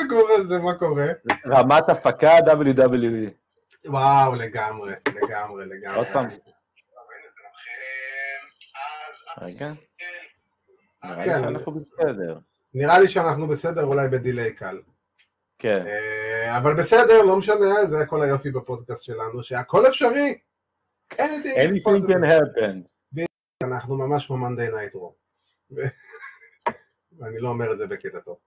סגור על זה, מה קורה? רמת הפקה WWE. וואו, לגמרי, לגמרי, לגמרי. עוד פעם. רגע. נראה לי שאנחנו בסדר. נראה לי שאנחנו בסדר, אולי בדילי קל. כן. אבל בסדר, לא משנה, זה כל היופי בפודקאסט שלנו, שהכל אפשרי. Anything can happen. אנחנו ממש כמו Monday Night Raw. ואני לא אומר את זה בקטע טוב.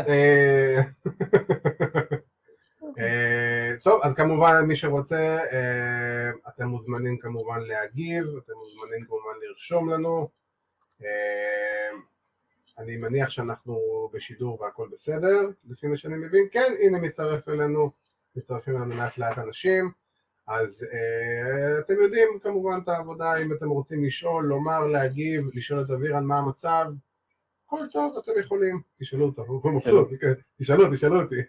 טוב, אז כמובן מי שרוצה, אתם מוזמנים כמובן להגיב, אתם מוזמנים כמובן לרשום לנו. אני מניח שאנחנו בשידור והכל בסדר, לפי מה שאני מבין. כן, הנה מצטרפים אלינו לאט לאט אנשים. אז אתם יודעים כמובן את העבודה, אם אתם רוצים לשאול, לומר, להגיב, לשאול את אבירן מה המצב, הכל טוב, אתם יכולים, תשאלו אותו, הוא מבסוט, תשאלו אותי.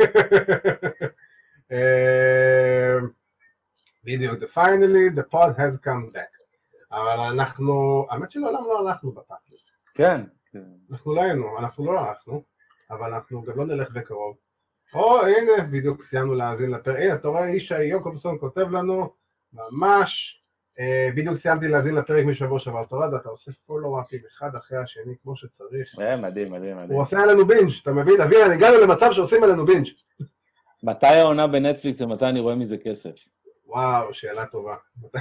בדיוק, finally, the pod has come back. אבל אנחנו, האמת שלעולם לא הלכנו בתכלס. כן. אנחנו לא הלכנו, אבל אנחנו גם לא נלך בקרוב. הנה, בדיוק סיימנו להאזין לפרק. הנה, אתה רואה, ישי יוקובסון כותב לנו, ממש, בדיוק סיימתי להאזין לפרק משבוע שעבר. אתה רואה, אתה עושה פולו-אפים אחד אחרי השני, כמו שצריך. מדהים. הוא עושה עלינו בינג', אתה מבין? אבירן, הגענו למצב שעושים עלינו בינג'. מתי העונה בנטפליקס ומתי אני רואה מזה כסף? וואו, שאלה טובה.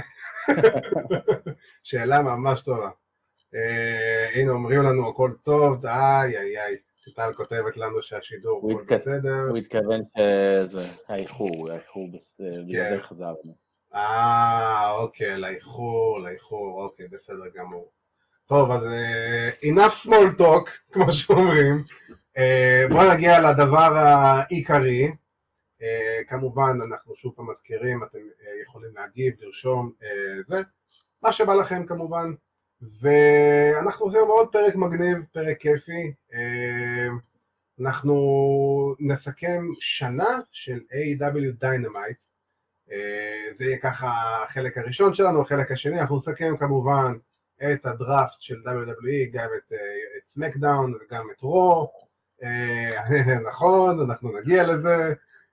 שאלה ממש טובה. הנה, אומרים לנו, הכל טוב, איי. טל כותבת לנו שהשידור הוא בסדר. הוא התכוון שזה האיחור בגלל זה חזרנו. אוקיי, לאיחור, אוקיי, בסדר גמור. טוב, אז enough small talk, כמו שאומרים. בואו נגיע לדבר העיקרי. כמובן, אנחנו שוב פעם מזכירים, אתם יכולים להגיב, לרשום, זה. מה שבא לכם כמובן. ואנחנו עושים עוד פרק מגניב, פרק כיפי. אנחנו נסכם שנה של AEW Dynamite. זה יהיה ככה החלק הראשון שלנו, החלק השני, אנחנו נסכם כמובן את הדראפט של WWE, גם את סמקדאון וגם את רו. נכון, אנחנו נגיע לזה.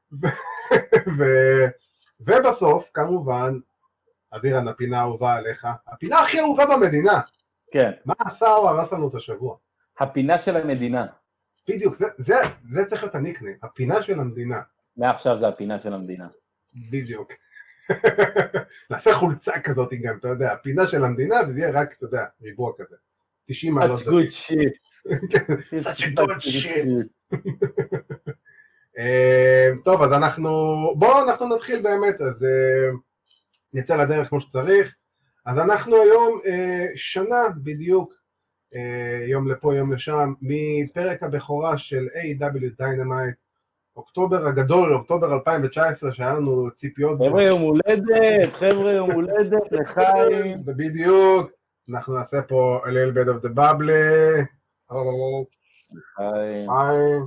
ובסוף כמובן, אבירן, הפינה האהובה עליך, הפינה הכי אהובה במדינה. כן. מה עשה או הרס לנו את השבוע? הפינה של המדינה. בדיוק, זה צריך להיות הניקניים, הפינה של המדינה. מעכשיו זה הפינה של המדינה. בדיוק. נעשה חולצה כזאת גם, אתה יודע, הפינה של המדינה, זה יהיה רק, אתה יודע, ריבוע כזה. 90 מעלות. Such good shit. Such a good shit. טוב, אז בואו נתחיל באמת, אז נצא לדרך כמו שצריך. אז אנחנו היום שנה בדיוק, יום לפה יום לשם, מפרק הבכורה של A.W. Dynamite, אוקטובר הגדול, אוקטובר 2019, שהיה לנו ציפיות. חבר'ה יום הולדת, לחיים. בדיוק, אנחנו נעשה פה a little bit of the bubble. לחיים.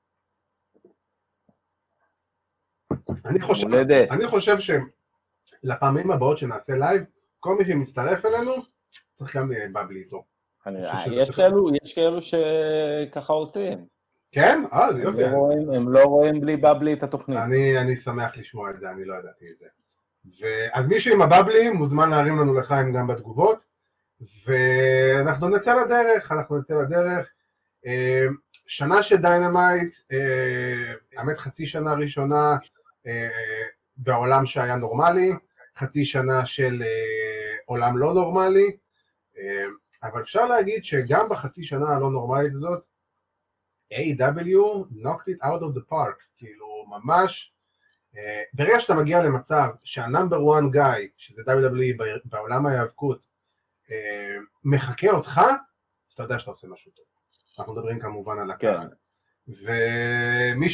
אני חושב שלפעמים הבאות שנעשה לייב, כל מי שמצטרף אלינו, צריך גם בבלי איתו. יש כאלו שככה עושים. כן? זה יופי. הם לא רואים בלי בבלי את התוכנית. אני שמח לשמוע את זה, אני לא ידעתי את זה. אז מישהו עם הבבלי מוזמן להרים לנו לחיים גם בתגובות, ואנחנו נצא לדרך, שנה של דיינמייט, האמת חצי שנה ראשונה בעולם שהיה נורמלי, חצי שנה של עולם לא נורמלי, אבל אפשר להגיד שגם בחצי שנה הלא נורמלית הזאת, A.W. knocked it out of the park, כאילו ממש, ברגע שאתה מגיע למצב שהנאמבר 1 גאי, שזה WWE בעולם ההיאבקות, מחכה אותך, אתה יודע שאתה עושה משהו טוב. אנחנו מדברים כמובן על הקהל. ומי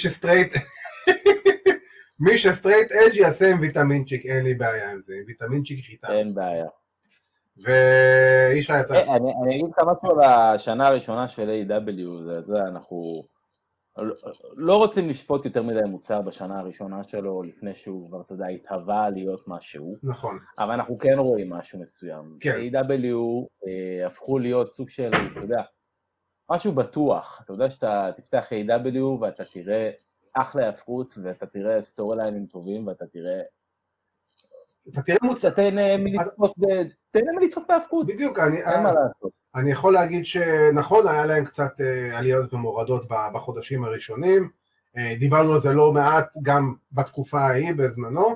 שסטרייט אג' יעשה עם ויטמינצ'יק, אין לי בעיה עם זה, עם ויטמינצ'יק חיטה. אין בעיה. ואישה יותר. אני אגיד לך משהו על השנה הראשונה של A.W. זה אנחנו לא רוצים לשפוט יותר מדי מוצר בשנה הראשונה שלו, לפני שהוא כבר, אתה יודע, התהווה להיות משהו. נכון. אבל אנחנו כן רואים משהו מסוים. כן. A.W. הפכו להיות סוג של, אתה יודע, משהו בטוח. אתה יודע שאתה תפתח A.W. ואתה תראה אחלה היאבקות, ואתה תראה סטורי ליינים טובים, ואתה תראה... אתה תראה מוצא... תהנה מליצות בהאבקות. בדיוק, אין מה לעשות. אני יכול להגיד שנכון, היה להם קצת עליות ומורדות בחודשים הראשונים, דיברנו על זה לא מעט גם בתקופה ההיא בזמנו,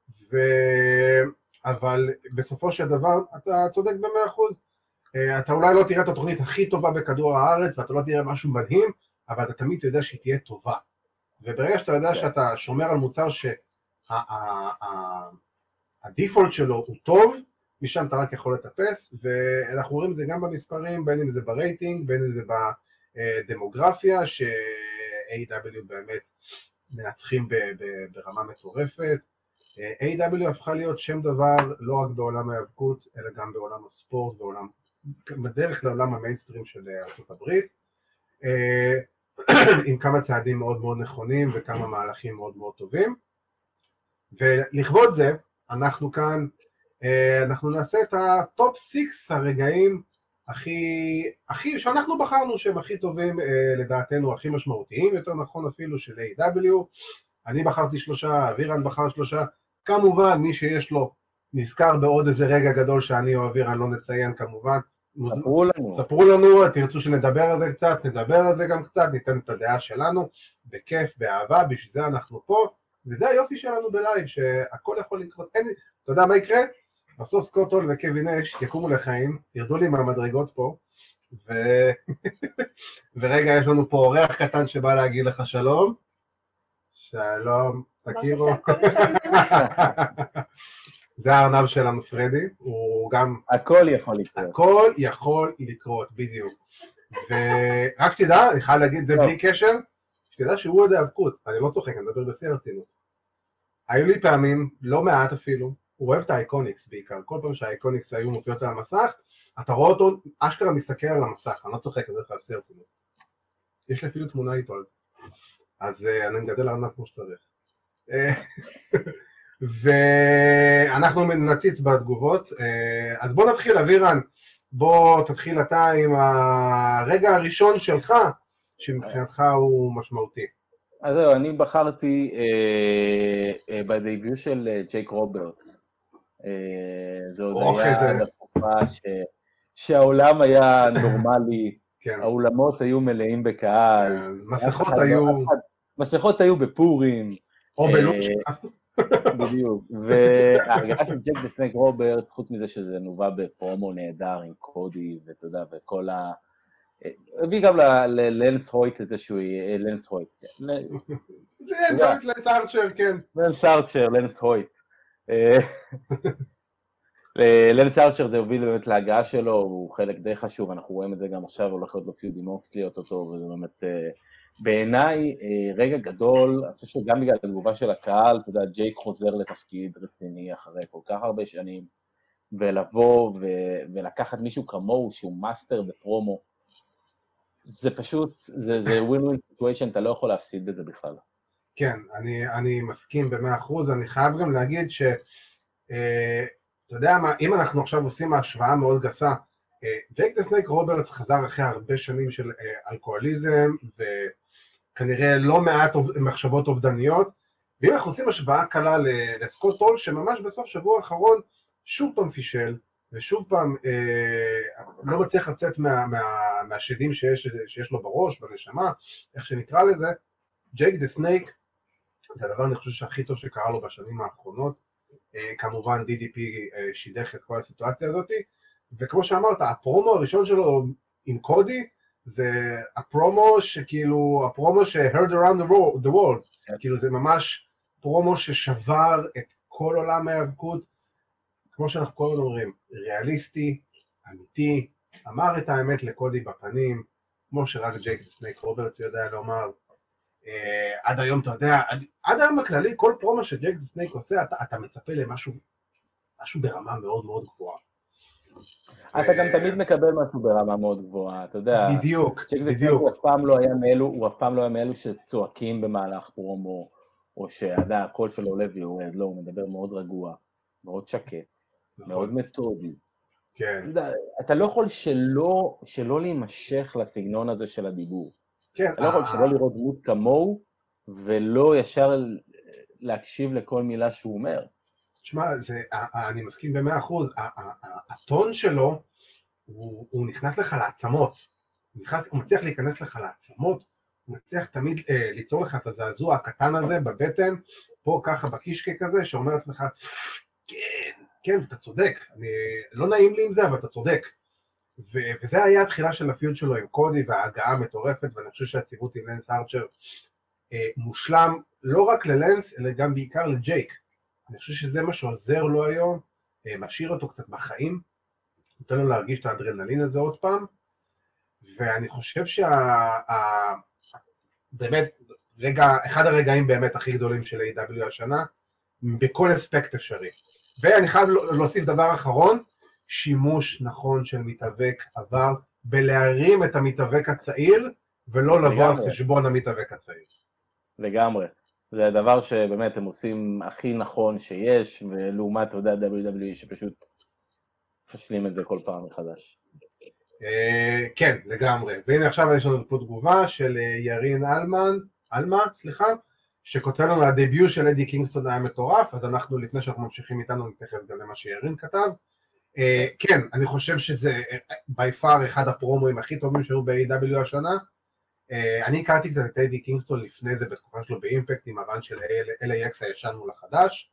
אבל בסופו של דבר אתה צודק ב100%, אתה אולי לא תראה את התוכנית הכי טובה בכדור הארץ, ואתה לא תראה משהו מדהים, אבל אתה תמיד יודע שהיא תהיה טובה, וברגע שאתה יודע שאתה שומר על מוצר שהדיפולט שלו הוא טוב, משם אתה רק יכול לטפס, ואנחנו רואים את זה גם במספרים, בין אם זה ברייטינג, בין אם זה בדמוגרפיה, ש-AW באמת מנצחים ברמה מטורפת. AW הפכה להיות שם דבר לא רק בעולם ההיאבקות, אלא גם בעולם הספורט, בדרך לעולם המיינסטרים של ארצות הברית, עם כמה צעדים מאוד מאוד נכונים וכמה מהלכים מאוד מאוד טובים. ולכבוד זה, אנחנו כאן, אנחנו נעשה את הטופ 6 הרגעים שאנחנו בחרנו שהם הכי טובים, לדעתנו הכי משמעותיים, יותר נכון אפילו של AW. אני בחרתי 3, אבירן בחר 3, כמובן מי שיש לו נזכר בעוד איזה רגע גדול שאני או אבירן לא נציין כמובן. ספרו לנו, תרצו שנדבר על זה קצת, נדבר על זה גם קצת, ניתן את הדעה שלנו, בכיף, באהבה, בשביל זה אנחנו פה, וזה היופי שלנו בלייב, שהכל יכול לקרות. אתה יודע מה יקרה? בסוף סקוט הול וקווין אש יקומו לחיים, ירדו לי מהמדרגות פה, ורגע יש לנו פה אורח קטן שבא להגיד לך שלום. שלום, תכירו. זה הארנב שלנו פרדי, הוא גם... הכל יכול לקרות. הכל יכול לקרות, בדיוק. ורק שתדע, אני חייב להגיד, זה בלי קשר, שתדע שהוא עוד היאבקות, אני לא צוחק, אני מדבר בשיא הרצינות. היו לי פעמים, לא מעט אפילו, הוא אוהב את האייקוניקס בעיקר, כל פעם שהאייקוניקס היו מופיעות על המסך, אתה רואה אותו, אשכרה מסתכל על המסך, אני לא צוחק, אני דרך בשיא הרצינות. יש לי אפילו תמונה איתו על זה. אז אני מגדל ארנב כמו שצריך. ואנחנו נציץ בתגובות, אז בוא נתחיל, אבירן, בוא תתחיל אתה עם הרגע הראשון שלך, שמבחינתך הוא משמעותי. אז זהו, אני בחרתי בדייביוט של ג'ייק רוברטס. זה עוד היה בתקופה שהעולם היה נורמלי, האולמות היו מלאים בקהל, מסכות היו בפורים, או בלושה. בדיוק, וההרגעה של ג'ק דה סנייק רוברטס, חוץ מזה שזה נובע בפרומו נהדר עם קודי, ואתה יודע, וכל ה... הביא גם ללנס הויט את זה שהוא יהיה, לנס הויט. לנס ארצ'ר, כן. לנס ארצ'ר, לנס הויט. לנס ארצ'ר זה הוביל באמת להגעה שלו, הוא חלק די חשוב, אנחנו רואים את זה גם עכשיו, הולך להיות לו פיוד עם אוקסלי אותו, וזה באמת... בעיניי רגע גדול, אני חושב שגם בגלל התגובה של הקהל, אתה יודע, ג'ייק חוזר לתפקיד רציני אחרי כל כך הרבה שנים, ולבוא ולקחת מישהו כמוהו שהוא מאסטר בפרומו, זה פשוט, זה ווין-ווין סיטואשן, אתה לא יכול להפסיד בזה בכלל. כן, אני מסכים ב100%, אני חייב גם להגיד ש, אתה יודע מה, אם אנחנו עכשיו עושים השוואה מאוד גסה, ג'ייק דה סנייק רוברטס חזר אחרי הרבה שנים של אלכוהוליזם, וכנראה לא מעט מחשבות אובדניות, ואם אנחנו עושים השוואה קלה לסקוט הול, שממש בסוף שבוע האחרון שוב פעם פישל, ושוב פעם לא מצליח לצאת מהשדים שיש לו בראש, בנשמה, איך שנקרא לזה, ג'ייק דה סנייק, זה הדבר אני חושב שהכי טוב שקרה לו בשנים האחרונות, כמובן DDP שידך את כל הסיטואציה הזאת, וכמו שאמרת, הפרומו הראשון שלו עם קודי, זה הפרומו שכאילו, הפרומו ש-heard around the world, כאילו זה ממש פרומו ששבר את כל עולם ההיאבקות, כמו שאנחנו כל הזמן אומרים, ריאליסטי, אמיתי, אמר את האמת לקודי בפנים, כמו שרק ג'ייק דה סנייק רוברטס יודע לומר, עד היום אתה יודע, עד היום בכללי, כל פרומו שג'ייק דה סנייק עושה, אתה מצפה למשהו ברמה מאוד מאוד גבוהה. אתה גם תמיד מקבל משהו ברמה מאוד גבוהה, אתה יודע. בדיוק, בדיוק. הוא אף פעם לא היה מאלו שצועקים במהלך פרומו, או שהדע, הקול שלו עולה ויורד, לא, הוא מדבר מאוד רגוע, מאוד שקט, מאוד מתודי. כן. אתה לא יכול שלא להימשך לסגנון הזה של הדיבור. כן. אתה לא יכול שלא לראות דמות כמוהו, ולא ישר להקשיב לכל מילה שהוא אומר. תשמע, אני מסכים ב100%, הטון שלו, הוא נכנס לך לעצמות, הוא מצליח להיכנס לך לעצמות, הוא מצליח תמיד ליצור לך את הזעזוע הקטן הזה בבטן, פה ככה בקישקה כזה, שאומר לעצמך, כן, אתה צודק, לא נעים לי עם זה, אבל אתה צודק. וזה היה התחילה של הפיוד שלו עם קודי וההגעה המטורפת, ואני חושב שהציבות עם לנס ארצ'ר מושלם, לא רק ללנס, אלא גם בעיקר לג'ייק. אני חושב שזה מה שעוזר לו היום, משאיר אותו קצת בחיים, נותן לו להרגיש את האדרנלין הזה עוד פעם, ואני חושב באמת, אחד הרגעים באמת הכי גדולים של A.W. השנה, בכל אספקט אפשרי. ואני חייב להוסיף דבר אחרון, שימוש נכון של מתאבק עבר, בלהרים את המתאבק הצעיר, ולא לבוא על חשבון המתאבק הצעיר. לגמרי. זה הדבר שבאמת הם עושים הכי נכון שיש, ולעומת, אתה יודע, WWE שפשוט פשלים את זה כל פעם מחדש. כן, לגמרי. והנה עכשיו יש לנו פה תגובה של ירין אלמה, שכותב לנו הדביוט של אדי קינגסטון היה מטורף, אז אנחנו לפני שאנחנו ממשיכים איתנו נתייחס גם למה שירין כתב. כן, אני חושב שזה by far אחד הפרומואים הכי טובים שהיו ב-AW השנה. אני הכרתי קצת את אדי קינגסטון לפני זה בתקופה שלו באימפקט עם הרן של LAX הישן מול החדש,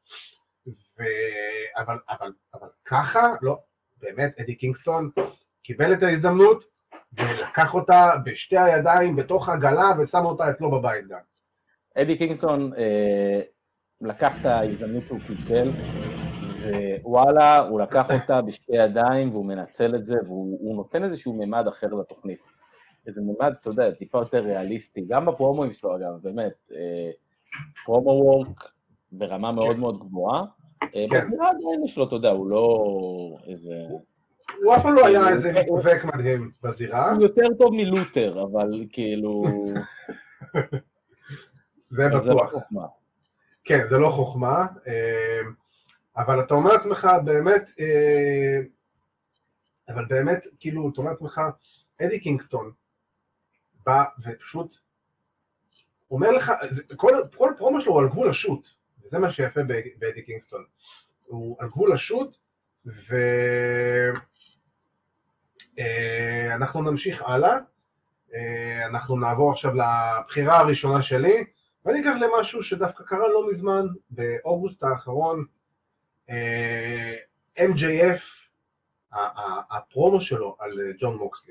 אבל ככה, לא, באמת אדי קינגסטון קיבל את ההזדמנות ולקח אותה בשתי הידיים בתוך הגלה ושם אותה אצלו בבית גם. אדי קינגסטון לקח את ההזדמנות שהוא קיבל, ווואלה, הוא לקח אותה בשתי ידיים והוא מנצל את זה, והוא נותן איזשהו ממד אחר לתוכנית. איזה ממד, אתה יודע, טיפה יותר ריאליסטי, גם בפרומואים שלו אגב, באמת, פרומו וורק ברמה מאוד מאוד גבוהה, בזירה עדיין יש לו, אתה יודע, הוא לא איזה... הוא אף פעם לא היה איזה מתאבק מדהים בזירה. הוא יותר טוב מלותר, אבל כאילו... זה בטוח. כן, זה לא חוכמה, אבל אתה אומר לעצמך באמת, אבל באמת, כאילו, אתה אומר לעצמך, אדי קינגסטון בא ופשוט אומר לך, כל פרומו שלו הוא על גבול השוט, וזה מה שיפה באדי קינגסטון, הוא על גבול השוט, ואנחנו נמשיך הלאה, אנחנו נעבור עכשיו לבחירה הראשונה שלי, ואני אקח למשהו שדווקא קרה לא מזמן, באוגוסט האחרון, MJF, הפרומו שלו על ג'ון מוקסלי.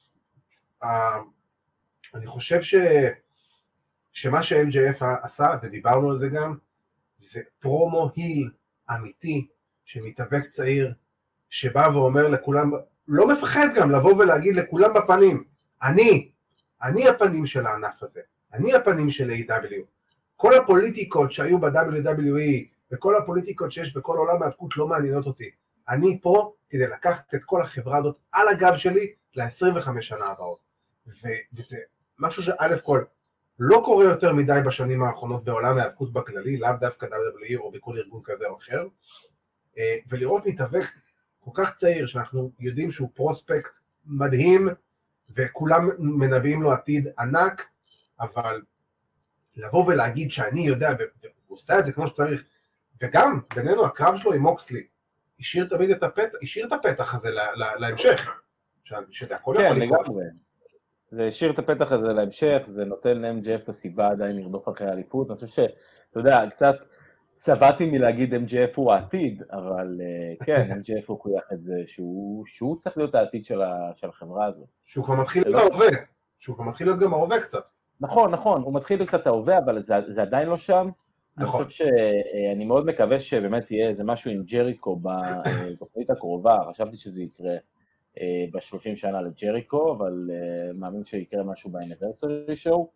אני חושב שמה ש-MJF עשה, ודיברנו על זה גם, זה פרומו היל אמיתי, שמתאבק צעיר, שבא ואומר לכולם, לא מפחד גם לבוא ולהגיד לכולם בפנים, אני הפנים של הענף הזה, אני הפנים של A.W. כל הפוליטיקות שהיו ב-WWE, וכל הפוליטיקות שיש בכל עולם ההאבקות לא מעניינות אותי. אני פה כדי לקחת את כל החברה הזאת על הגב שלי ל-25 שנה הבאות. וזה משהו שא' כל לא קורה יותר מדי בשנים האחרונות בעולם ההאבקות בכללי, לאו דווקא WWE או בכל ארגון כזה או אחר, ולראות מתאבק כל כך צעיר שאנחנו יודעים שהוא פרוספקט מדהים, וכולם מנבאים לו עתיד ענק, אבל לבוא ולהגיד שאני יודע, והוא עושה את זה כמו שצריך, וגם בינינו הקרב שלו עם מוקסלי, השאיר תמיד השאיר את הפתח הזה להמשך, שזה הכל יכול לקרות. זה השאיר את הפתח הזה להמשך, זה נותן ל-MJF את הסיבה עדיין לרדוף אחרי האליפות, אני חושב שאתה יודע, קצת צבעתי מלהגיד MJF הוא העתיד, אבל כן, MJF הוא קויח את זה, שהוא צריך להיות העתיד של החברה הזאת. שהוא כבר מתחיל להיות ההווה, שהוא כבר מתחיל להיות גם ההווה קצת. נכון, הוא מתחיל להיות קצת ההווה, אבל זה עדיין לא שם. אני חושב שאני מאוד מקווה שבאמת יהיה איזה משהו עם ג'ריקו בתוכנית הקרובה, חשבתי שזה יקרה ב-30 שנה לג'ריקו, אבל מאמין שיקרה משהו באניברסרי שואו,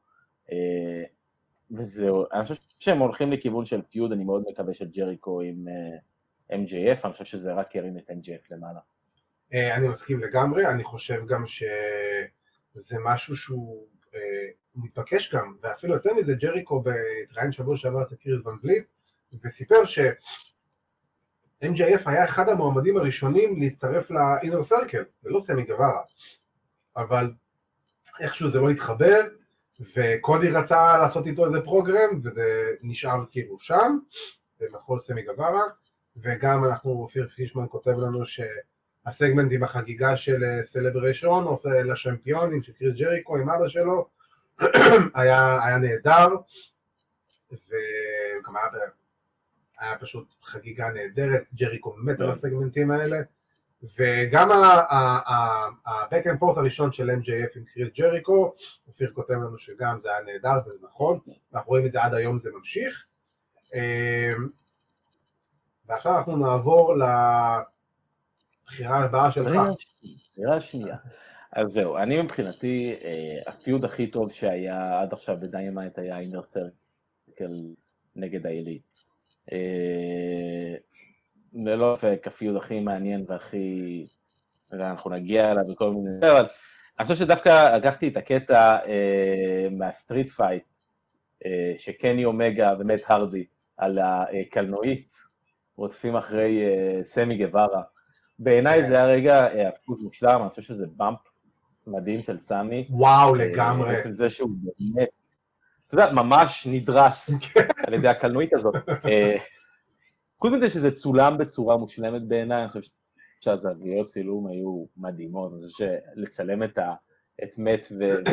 וזהו, אני חושב שהם הולכים לכיוון של פיוד, אני מאוד מקווה של ג'ריקו עם MJF, אני חושב שזה רק ירים את MJF למעלה. אני מסכים לגמרי, אני חושב גם שזה משהו שהוא מתבקש גם, ואפילו יותר מזה, ג'ריקו התראיין שבוע שעבר את קריס ון וליט, וסיפר ש-MJF היה אחד המועמדים הראשונים להצטרף ל-Inner Circle, ולא סמי גווארה, אבל איכשהו זה לא התחבר, וקודי רצה לעשות איתו איזה פרוגרם, וזה נשאר כאילו שם, במחוז סמי גווארה, וגם אופיר פישמן כותב לנו שהסגמנט עם החגיגה של סלבריישון, או לשמפיונים של קריס ג'ריקו עם אבא שלו, היה נהדר, וגם היה פשוט חגיגה נהדרת, ג'ריקו מת על הסגמנטים האלה, וגם ה-back and forth הראשון של MJF עם קריס ג'ריקו, אופיר כותב לנו שגם זה היה נהדר וזה נכון, אנחנו רואים את זה עד היום, זה ממשיך. ועכשיו אנחנו נעבור לבחירה הבאה שלך. בחירה השנייה. אז זהו, אני מבחינתי, הפיוד הכי טוב שהיה עד עכשיו בדיינמייט היה אינר סרקל נגד האליט. ללא ספק, הפיוד הכי מעניין והכי... אנחנו נגיע אליו בכל מיני... אבל אני חושב שדווקא לקחתי את הקטע מהסטריט פייט, שקני אומגה ומט הרדי על הקלנועית, רודפים אחרי סמי גווארה. בעיניי זה היה רגע הפקות מושלם, אני חושב שזה באמפ מדהים של סמי. וואו, לגמרי. בעצם זה שהוא באמת, אתה יודע, ממש נדרס על ידי הקלנועית הזאת. חוץ מזה שזה צולם בצורה מושלמת בעיניי, אני חושב שהזוויות צילום היו מדהימות, אני חושב שלצלם את מט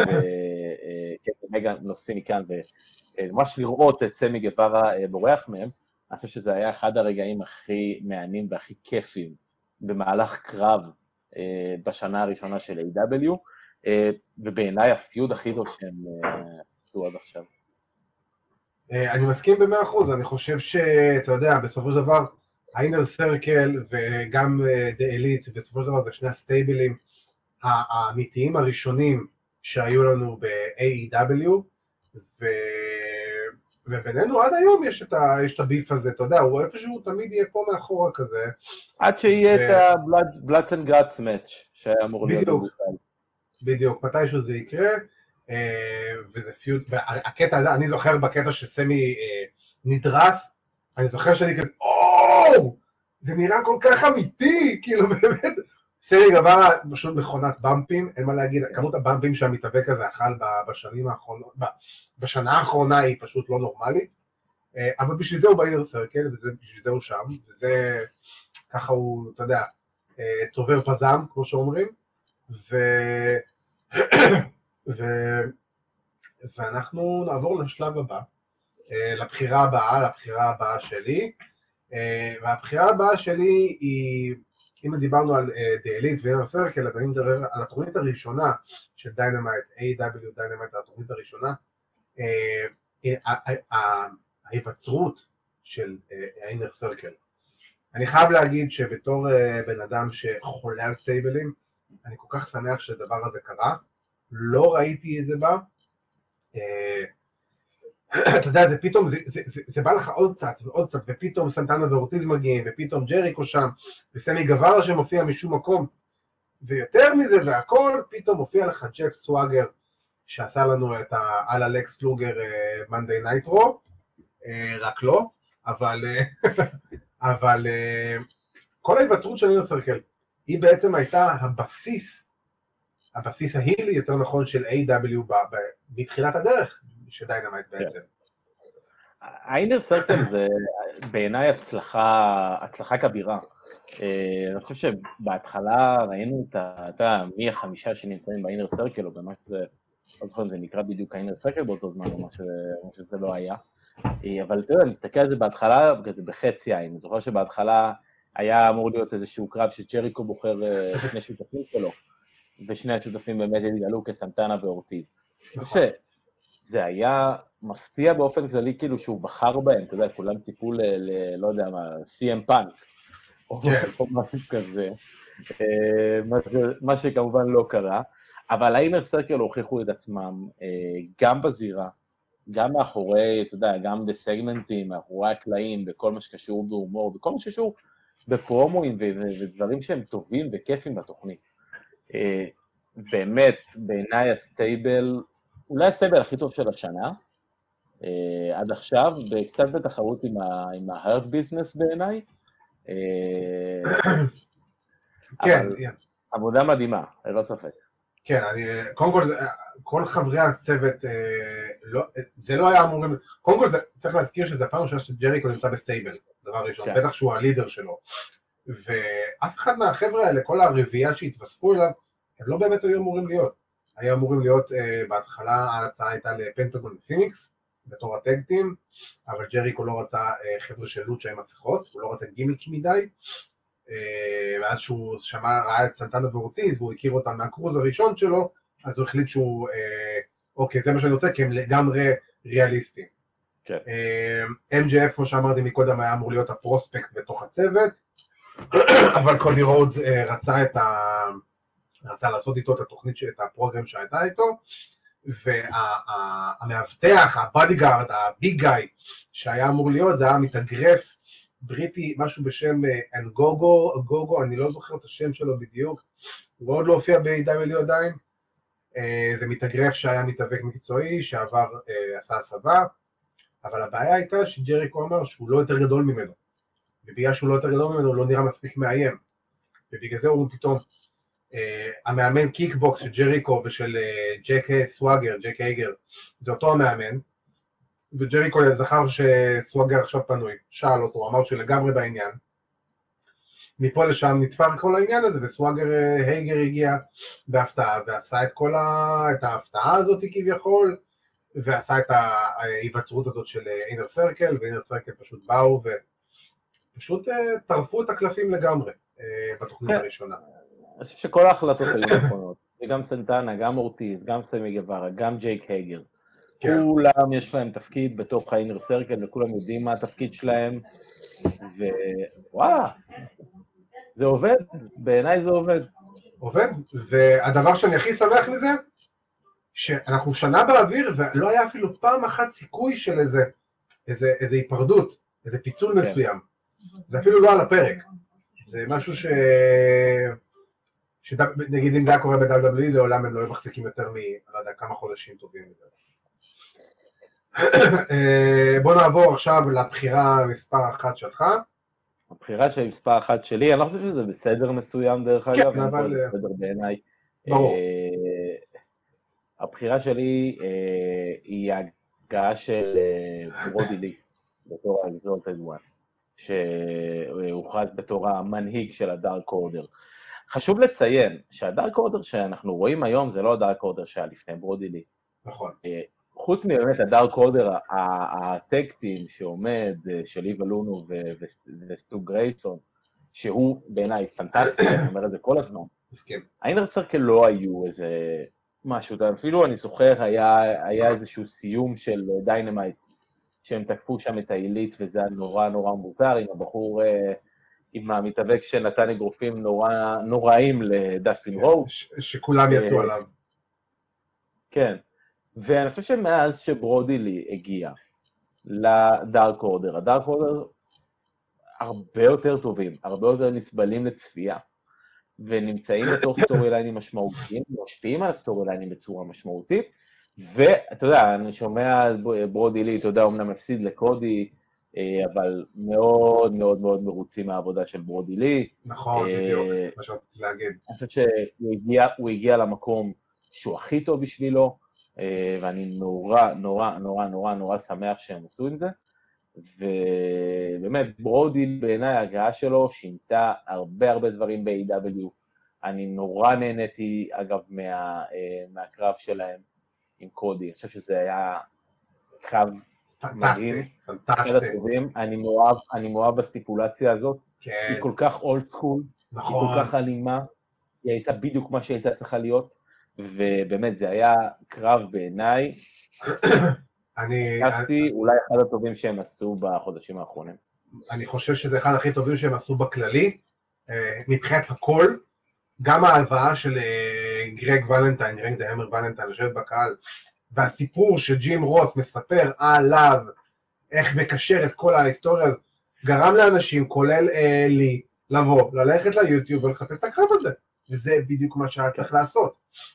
וקטי נוסעים מכאן, וממש לראות את סמי גווארה בורח מהם, אני חושב שזה היה אחד הרגעים הכי מעניינים והכי כיפים במהלך קרב בשנה הראשונה של A.W, ובעיניי הפיוד הכי טוב שהם עשו עד עכשיו. אני מסכים ב100%, אני חושב שאתה יודע, בסופו של דבר, האינר סרקל וגם דה אליט, בסופו של דבר זה שני הסטייבלים האמיתיים הראשונים שהיו לנו ב-AEW, ובינינו עד היום יש את הביף הזה, אתה יודע, הוא איפשהו תמיד יהיה פה מאחורה כזה. עד שיהיה את ה-Bloods and Guts match, שהיה אמור להיות בגופל. בדיוק, מתישהו זה יקרה, וזה פיוט, והקטע הזה, אני זוכר בקטע שסמי נדרס, אני זוכר שאני כזה, זה נראה כל כך אמיתי, כאילו באמת, סמי גווארה פשוט מכונת במפים, אין מה להגיד, כמות הבמפים שהמתאבק הזה אכל בשנים האחרונות, בשנה האחרונה היא פשוט לא נורמלית, אבל בשביל זה הוא באינר סרקל, ובשביל זה הוא שם, וזה, ככה הוא, אתה יודע, צובר פזם, כמו שאומרים, ואנחנו נעבור לשלב הבא, לבחירה הבאה שלי, והבחירה הבאה שלי היא, אם דיברנו על דה אליט ואינר סרקל, אז אני מדבר על התוכנית הראשונה של דיינמייט, A.W. דיינמייט, התוכנית הראשונה, ההיווצרות של האינר סרקל. אני חייב להגיד שבתור בן אדם שחולה על סטייבלים, אני כל כך שמח שהדבר הזה קרה, לא ראיתי את זה בה, אתה יודע, זה פתאום, זה בא לך עוד קצת ועוד קצת, ופתאום סנטנה ואורטיז מגיעים, ופתאום ג'ריקו שם, וסמי גווארה שמופיע משום מקום, ויותר מזה והכל, פתאום מופיע לך ג'ף סוואגר, שעשה לנו את על אלכס לוגר מנדי נייטרו, רק לא, אבל כל ההיווצרות של אינר סרקל, היא בעצם הייתה הבסיס ההילי, יותר נכון, של A.W. בתחילת הדרך של דיינמייט בעצם. האינר סרקל זה בעיניי הצלחה כבירה. אני חושב שבהתחלה ראינו את מי החמישה שנמצאים באינר סרקל, או במה שזה, לא זוכר אם זה נקרא בדיוק האינר סרקל באותו זמן, או מה שזה לא היה. אבל אתה יודע, אני מסתכל על זה בהתחלה, כזה בחצי עין. אני זוכר שבהתחלה היה אמור להיות איזשהו קרב שג'ריקו בוחר שני שותפים שלו, ושני השותפים באמת התגלו כסנטנה ואורטיז. אני חושב שזה היה מפתיע באופן כללי, כאילו שהוא בחר בהם, אתה יודע, כולם טיפו לא יודע מה, CM פאנק, או משהו כזה, מה שכמובן לא קרה, אבל האינר סרקל הוכיחו את עצמם גם בזירה, גם מאחורי, אתה יודע, גם בסגמנטים, מאחורי הקלעים, בכל מה שקשור בהומור, בכל מה שקשור בפרומואים ודברים שהם טובים וכיפים בתוכנית. באמת, בעיניי הסטייבל, אולי הסטייבל הכי טוב של השנה, עד עכשיו, וקצת בתחרות עם ה-hurt business בעיניי, אבל עבודה מדהימה, לא ספק. כן, קודם כל, כל חברי הצוות, זה לא היה אמורים, קודם כל צריך להזכיר שזה הפעם ראשונה שג'ריקו נמצא בסטייבל, דבר ראשון, בטח שהוא הלידר שלו, ואף אחד מהחבר'ה האלה, כל הרביעייה שהתווספו אליו, הם לא באמת היו אמורים להיות. היו אמורים להיות, בהתחלה ההצעה הייתה לפנטגון ופיניקס, בתור הטקטים, אבל ג'ריקו לא רצה חבר'ה של לוצ'ה עם מסכות, הוא לא רצה גימיק מדי, ואז שהוא ראה את סנטנה ואורטיז, והוא הכיר אותם מהקרוז הראשון שלו, אז הוא החליט שהוא, אוקיי, זה מה שאני רוצה, כי הם לגמרי ריאליסטים. כן. MJF, כמו שאמרתי מקודם, היה אמור להיות הפרוספקט בתוך הצוות, אבל קודי רודס רצה לעשות איתו את התוכנית, את הפרוגרם שהייתה איתו, והמאבטח, הבאדיגארד, הביג גאי, שהיה אמור להיות, זה היה מתאגרף בריטי, משהו בשם אנגוגו, אני לא זוכר את השם שלו בדיוק, הוא עוד לא הופיע ב-AW עדיין, זה מתאגרף שהיה מתאבק מקצועי, שעבר, עשה הסבה, אבל הבעיה הייתה שג'ריקו אמר שהוא לא יותר גדול ממנו, ובגלל שהוא לא יותר גדול ממנו, הוא לא נראה מספיק מאיים, ובגלל זה הוא פתאום, המאמן קיקבוקס של ג'ריקו ושל ג'ק הייגר, זה אותו המאמן, וג'ריקו זכר שסוואגר עכשיו פנוי, שאל אותו, הוא אמר שלגמרי בעניין, מפה לשם נתפר כל העניין הזה, וסוואגר הייגר הגיע בהפתעה, ועשה את ההפתעה הזאת כביכול, ועשה את ההיווצרות הזאת של אינר סרקל, ואינר סרקל פשוט באו ופשוט טרפו את הקלפים לגמרי בתוכנית הראשונה. אני חושב שכל ההחלטות היו נכונות, וגם סנטנה, גם אורטיז, גם סמי גווארה, גם ג'ייק הייגר, כולם יש להם תפקיד בתוך האינר סרקל, וכולם יודעים מה התפקיד שלהם, ווואלה, זה עובד, בעיניי זה עובד. עובד, והדבר שאני הכי שמח לזה, שאנחנו שנה באוויר, ולא היה אפילו פעם אחת סיכוי של איזה היפרדות, איזה פיצול מסוים. זה אפילו לא על הפרק. זה משהו נגיד אם זה היה קורה ב-WWE, לעולם הם לא היו מחזיקים יותר לא יודע, כמה חודשים טובים מזה. בוא נעבור עכשיו לבחירה מספר 1 שלך. הבחירה של מספר 1 שלי, אני לא חושב שזה בסדר מסוים דרך אגב, כן, אבל... זה בסדר בעיניי. ברור. הבחירה שלי היא ההגעה של ברודי לי, בתור האקזולטד וואן, שהוכרז בתור המנהיג של הדארק אורדר. חשוב לציין שהדארק אורדר שאנחנו רואים היום זה לא הדארק אורדר שהיה לפני ברודי לי. נכון. חוץ מבאמת הדארק אורדר, הטקטים שעומד של איווה לונו וסטו גרייסון, שהוא בעיניי פנטסטי, אני אומר את זה כל הזמן. האינר סרקל לא היו איזה משהו, אפילו אני זוכר היה איזשהו סיום של דיינמייט, שהם תקפו שם את העילית וזה היה נורא נורא מוזר, עם הבחור, עם המתאבק שנתן אגרופים נוראים לדסטין רוד. שכולם יצאו עליו. כן. ואני חושב שמאז שברודי לי הגיע לדארק אורדר, הדארק אורדר הרבה יותר טובים, הרבה יותר נסבלים לצפייה, ונמצאים בתוך סטורי ליינים משמעותיים, משפיעים על הסטורי ליינים בצורה משמעותית, ואתה יודע, אני שומע ברודי לי, אתה יודע, אמנם הפסיד לקודי, אבל מאוד מאוד מאוד מרוצים מהעבודה של ברודי לי. נכון, בדיוק, מה שרציתי להגיד. אני חושב שהוא הגיע למקום שהוא הכי טוב בשבילו, ואני נורא נורא נורא נורא נורא שמח שהם עשו עם זה, ובאמת ברודי בעיניי ההגעה שלו שינתה הרבה הרבה דברים ב-AW, אני נורא נהניתי אגב מהקרב שלהם עם קודי, אני חושב שזה היה קרב מדהים, פנטסטי. אני מאוהב בסטיפולציה הזאת, כן. היא כל כך אולד סקול, נכון. היא כל כך אלימה, היא הייתה בדיוק מה שהייתה צריכה להיות, ובאמת זה היה קרב בעיניי, אולי אחד הטובים שהם עשו בחודשים האחרונים. אני חושב שזה אחד הכי טובים שהם עשו בכללי, מבחינת הכל, גם ההלוואה של גרג ולנטיין, גרג דה המר ולנטיין, יושב בקהל, והסיפור שג'ים רוס מספר עליו, איך מקשר את כל ההיסטוריה, גרם לאנשים, כולל לי, לבוא, ללכת ליוטיוב ולחפש את הקרב הזה, וזה בדיוק מה שהיה צריך לעשות,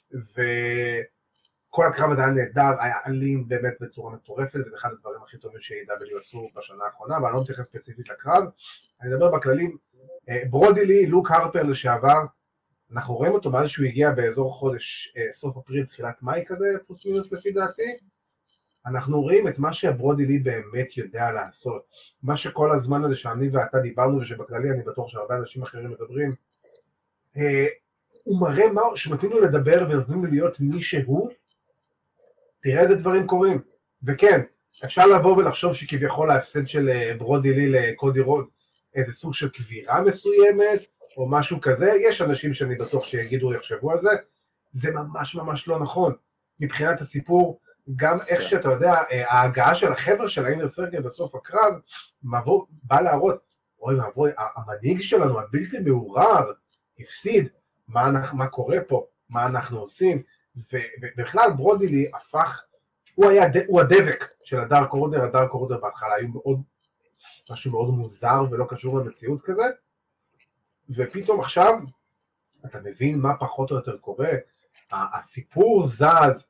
וכל הקרב הזה היה נהדר, היה אלים באמת בצורה מטורפת, וזה אחד הדברים הכי טובים ש-AW עשו בשנה האחרונה, ואני לא מתייחס ספציפית לקרב, אני מדבר בכללים, ברודי לי, לוק הרפר לשעבר, אנחנו רואים אותו מאז שהוא הגיע באזור חודש, סוף אפריל, תחילת מאי כזה, פלוס מינוס לפי דעתי, אנחנו רואים את מה שברודי לי באמת יודע לעשות, מה שכל הזמן הזה שאני ואתה דיברנו, ושבכללי אני בטוח שהרבה אנשים אחרים מדברים, הוא מראה מה, שנותנים לו לדבר ונותנים לו להיות מי שהוא, תראה איזה דברים קורים, וכן, אפשר לבוא ולחשוב שכביכול ההפסד של ברודי לי לקודי רוד, איזה סוג של קבירה מסוימת, או משהו כזה, יש אנשים שאני בטוח שיגידו יחשבו על זה, זה ממש ממש לא נכון, מבחינת הסיפור, גם איך שאתה יודע, ההגעה של החבר'ה של האינר סרקל בסוף הקרב, בא להראות, אוי ואבוי, המנהיג שלנו, הבלתי מעורר, הפסיד, מה קורה פה, מה אנחנו עושים, ובכלל ברודי לי הפך, הוא הדבק של הדארק אורדר, הדארק אורדר בהתחלה היו משהו מאוד מוזר ולא קשור למציאות כזה, ופתאום עכשיו אתה מבין מה פחות או יותר קורה, הסיפור זז,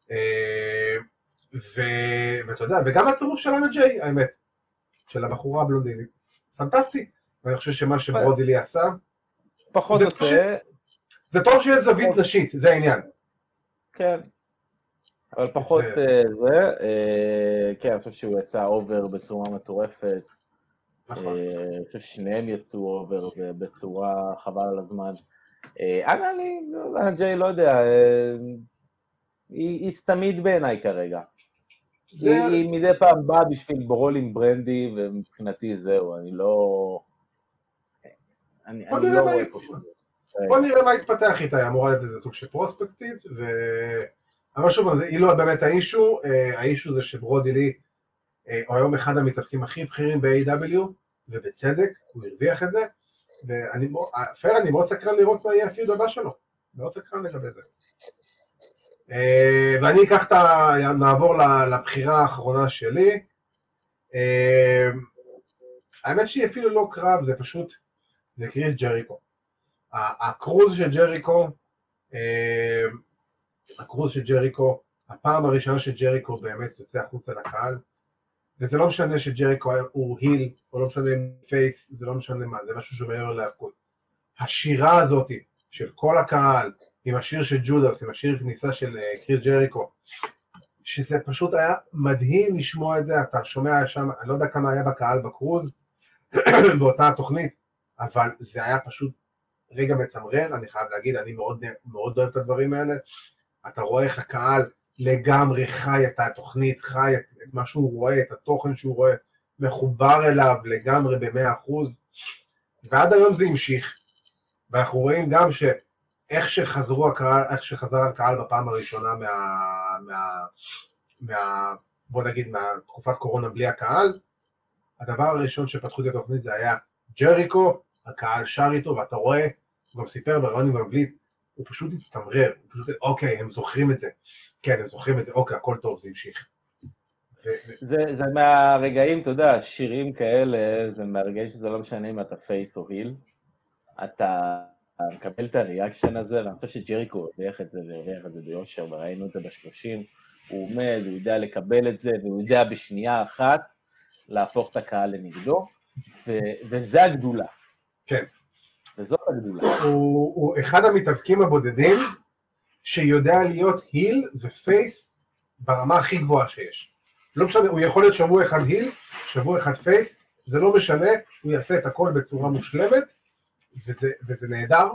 ואתה יודע, וגם הצירוף של אנג'יי, האמת, של הבחורה הבלונדינית, פנטסטי, ואני חושב שמה שברודי לי עשה, פחות עושה, זה טוב שיש זווית נשית, זה העניין. כן. אבל פחות זה, כן, אני חושב שהוא יצא אובר בצורה מטורפת, אני חושב ששניהם יצאו אובר בצורה חבל על הזמן. אנג'יי, לא יודע, היא סתמית בעיניי כרגע. היא מדי פעם באה בשביל ברול עם ברנדי, ומבחינתי זהו, אני לא רואה פה שום. בוא נראה מה התפתח איתה, היא אמורה להיות איזה סוג של פרוספקטית, אבל שוב, היא לא באמת האישו זה שברודי לי, הוא היום אחד המתאבקים הכי בכירים ב-AW, ובצדק, הוא הרוויח את זה, ואני מאוד סקרן לראות מה יהיה הפיוד הבא שלו, מאוד סקרן לגבי זה. ואני אקח נעבור לבחירה האחרונה שלי, האמת שהיא אפילו לא קרב, זה פשוט, זה קריס ג'ריקו. הקרוז של ג'ריקו, הפעם הראשונה שג'ריקו באמת יוצא החוצה לקהל, וזה לא משנה שג'ריקו הוא היל, או לא משנה פייס, זה לא משנה מה, זה משהו שמעבר להכל. השירה הזאת של כל הקהל, עם השיר של ג'ודס, עם השיר כניסה של קריס ג'ריקו, שזה פשוט היה מדהים לשמוע את זה, אתה שומע שם, אני לא יודע כמה היה בקהל בקרוז, באותה התוכנית, אבל זה היה פשוט רגע מצמרר, אני חייב להגיד, אני מאוד אוהב את הדברים האלה, אתה רואה איך הקהל לגמרי חי את התוכנית, חי את מה שהוא רואה, את התוכן שהוא רואה, מחובר אליו לגמרי ב100%, ועד היום זה המשיך, ואנחנו רואים גם שאיך שחזר הקהל בפעם הראשונה בוא נגיד מהתקופת קורונה בלי הקהל, הדבר הראשון שפתחו את התוכנית זה היה ג'ריקו, הקהל שר איתו, ואתה רואה, הוא גם סיפר בראיון באנגלית, הוא פשוט התמרר, הוא פשוט, אוקיי, הם זוכרים את זה, כן, הם זוכרים את זה, אוקיי, הכל טוב, זה המשיך. זה מהרגעים, אתה יודע, שירים כאלה, זה מהרגעים שזה לא משנה אם אתה פייס או היל, אתה מקבל את הריאקשן הזה, ואני חושב שג'ריקו הרוויח את זה ביושר, וראינו את זה ב30, הוא עומד, הוא יודע לקבל את זה, והוא יודע בשנייה אחת להפוך את הקהל לנגדו, וזה הגדולה. כן. וזאת הגדולה. הוא אחד המתאבקים הבודדים, שיודע להיות היל ופייס ברמה הכי גבוהה שיש. לא משנה, הוא יכול להיות שבוע אחד היל, שבוע אחד פייס, זה לא משנה, הוא יעשה את הכל בצורה מושלמת, וזה נהדר.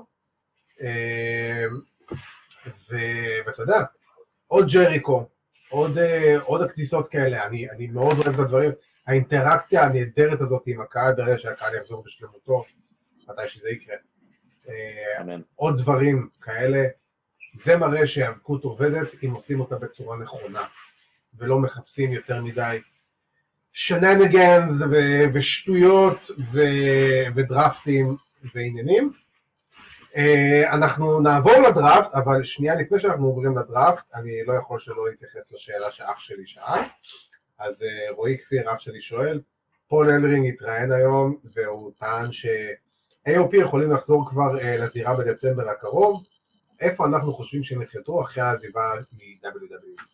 ואתה יודע, עוד ג'ריקו, עוד הכניסות כאלה, אני מאוד אוהב את הדברים, האינטראקציה הנהדרת הזאת עם הקהל, ברגע שהקהל יחזור בשלמותו, מתי שזה יקרה. עוד דברים כאלה, זה מראה שהאבקות עובדת אם עושים אותה בצורה נכונה, ולא מחפשים יותר מדי שננגנס ושטויות ודרפטים ועניינים. אנחנו נעבור לדראפט, אבל שנייה לפני שאנחנו עוברים לדראפט, אני לא יכול שלא להתייחס לשאלה שאח שלי שאל. אז רועי כפיר, אח שלי שואל, פול אלרינג התראיין היום, והוא טען ש-AOP יכולים לחזור כבר לזירה בדצמבר הקרוב, איפה אנחנו חושבים שהם יחלטו אחרי העזיבה מ-WWE?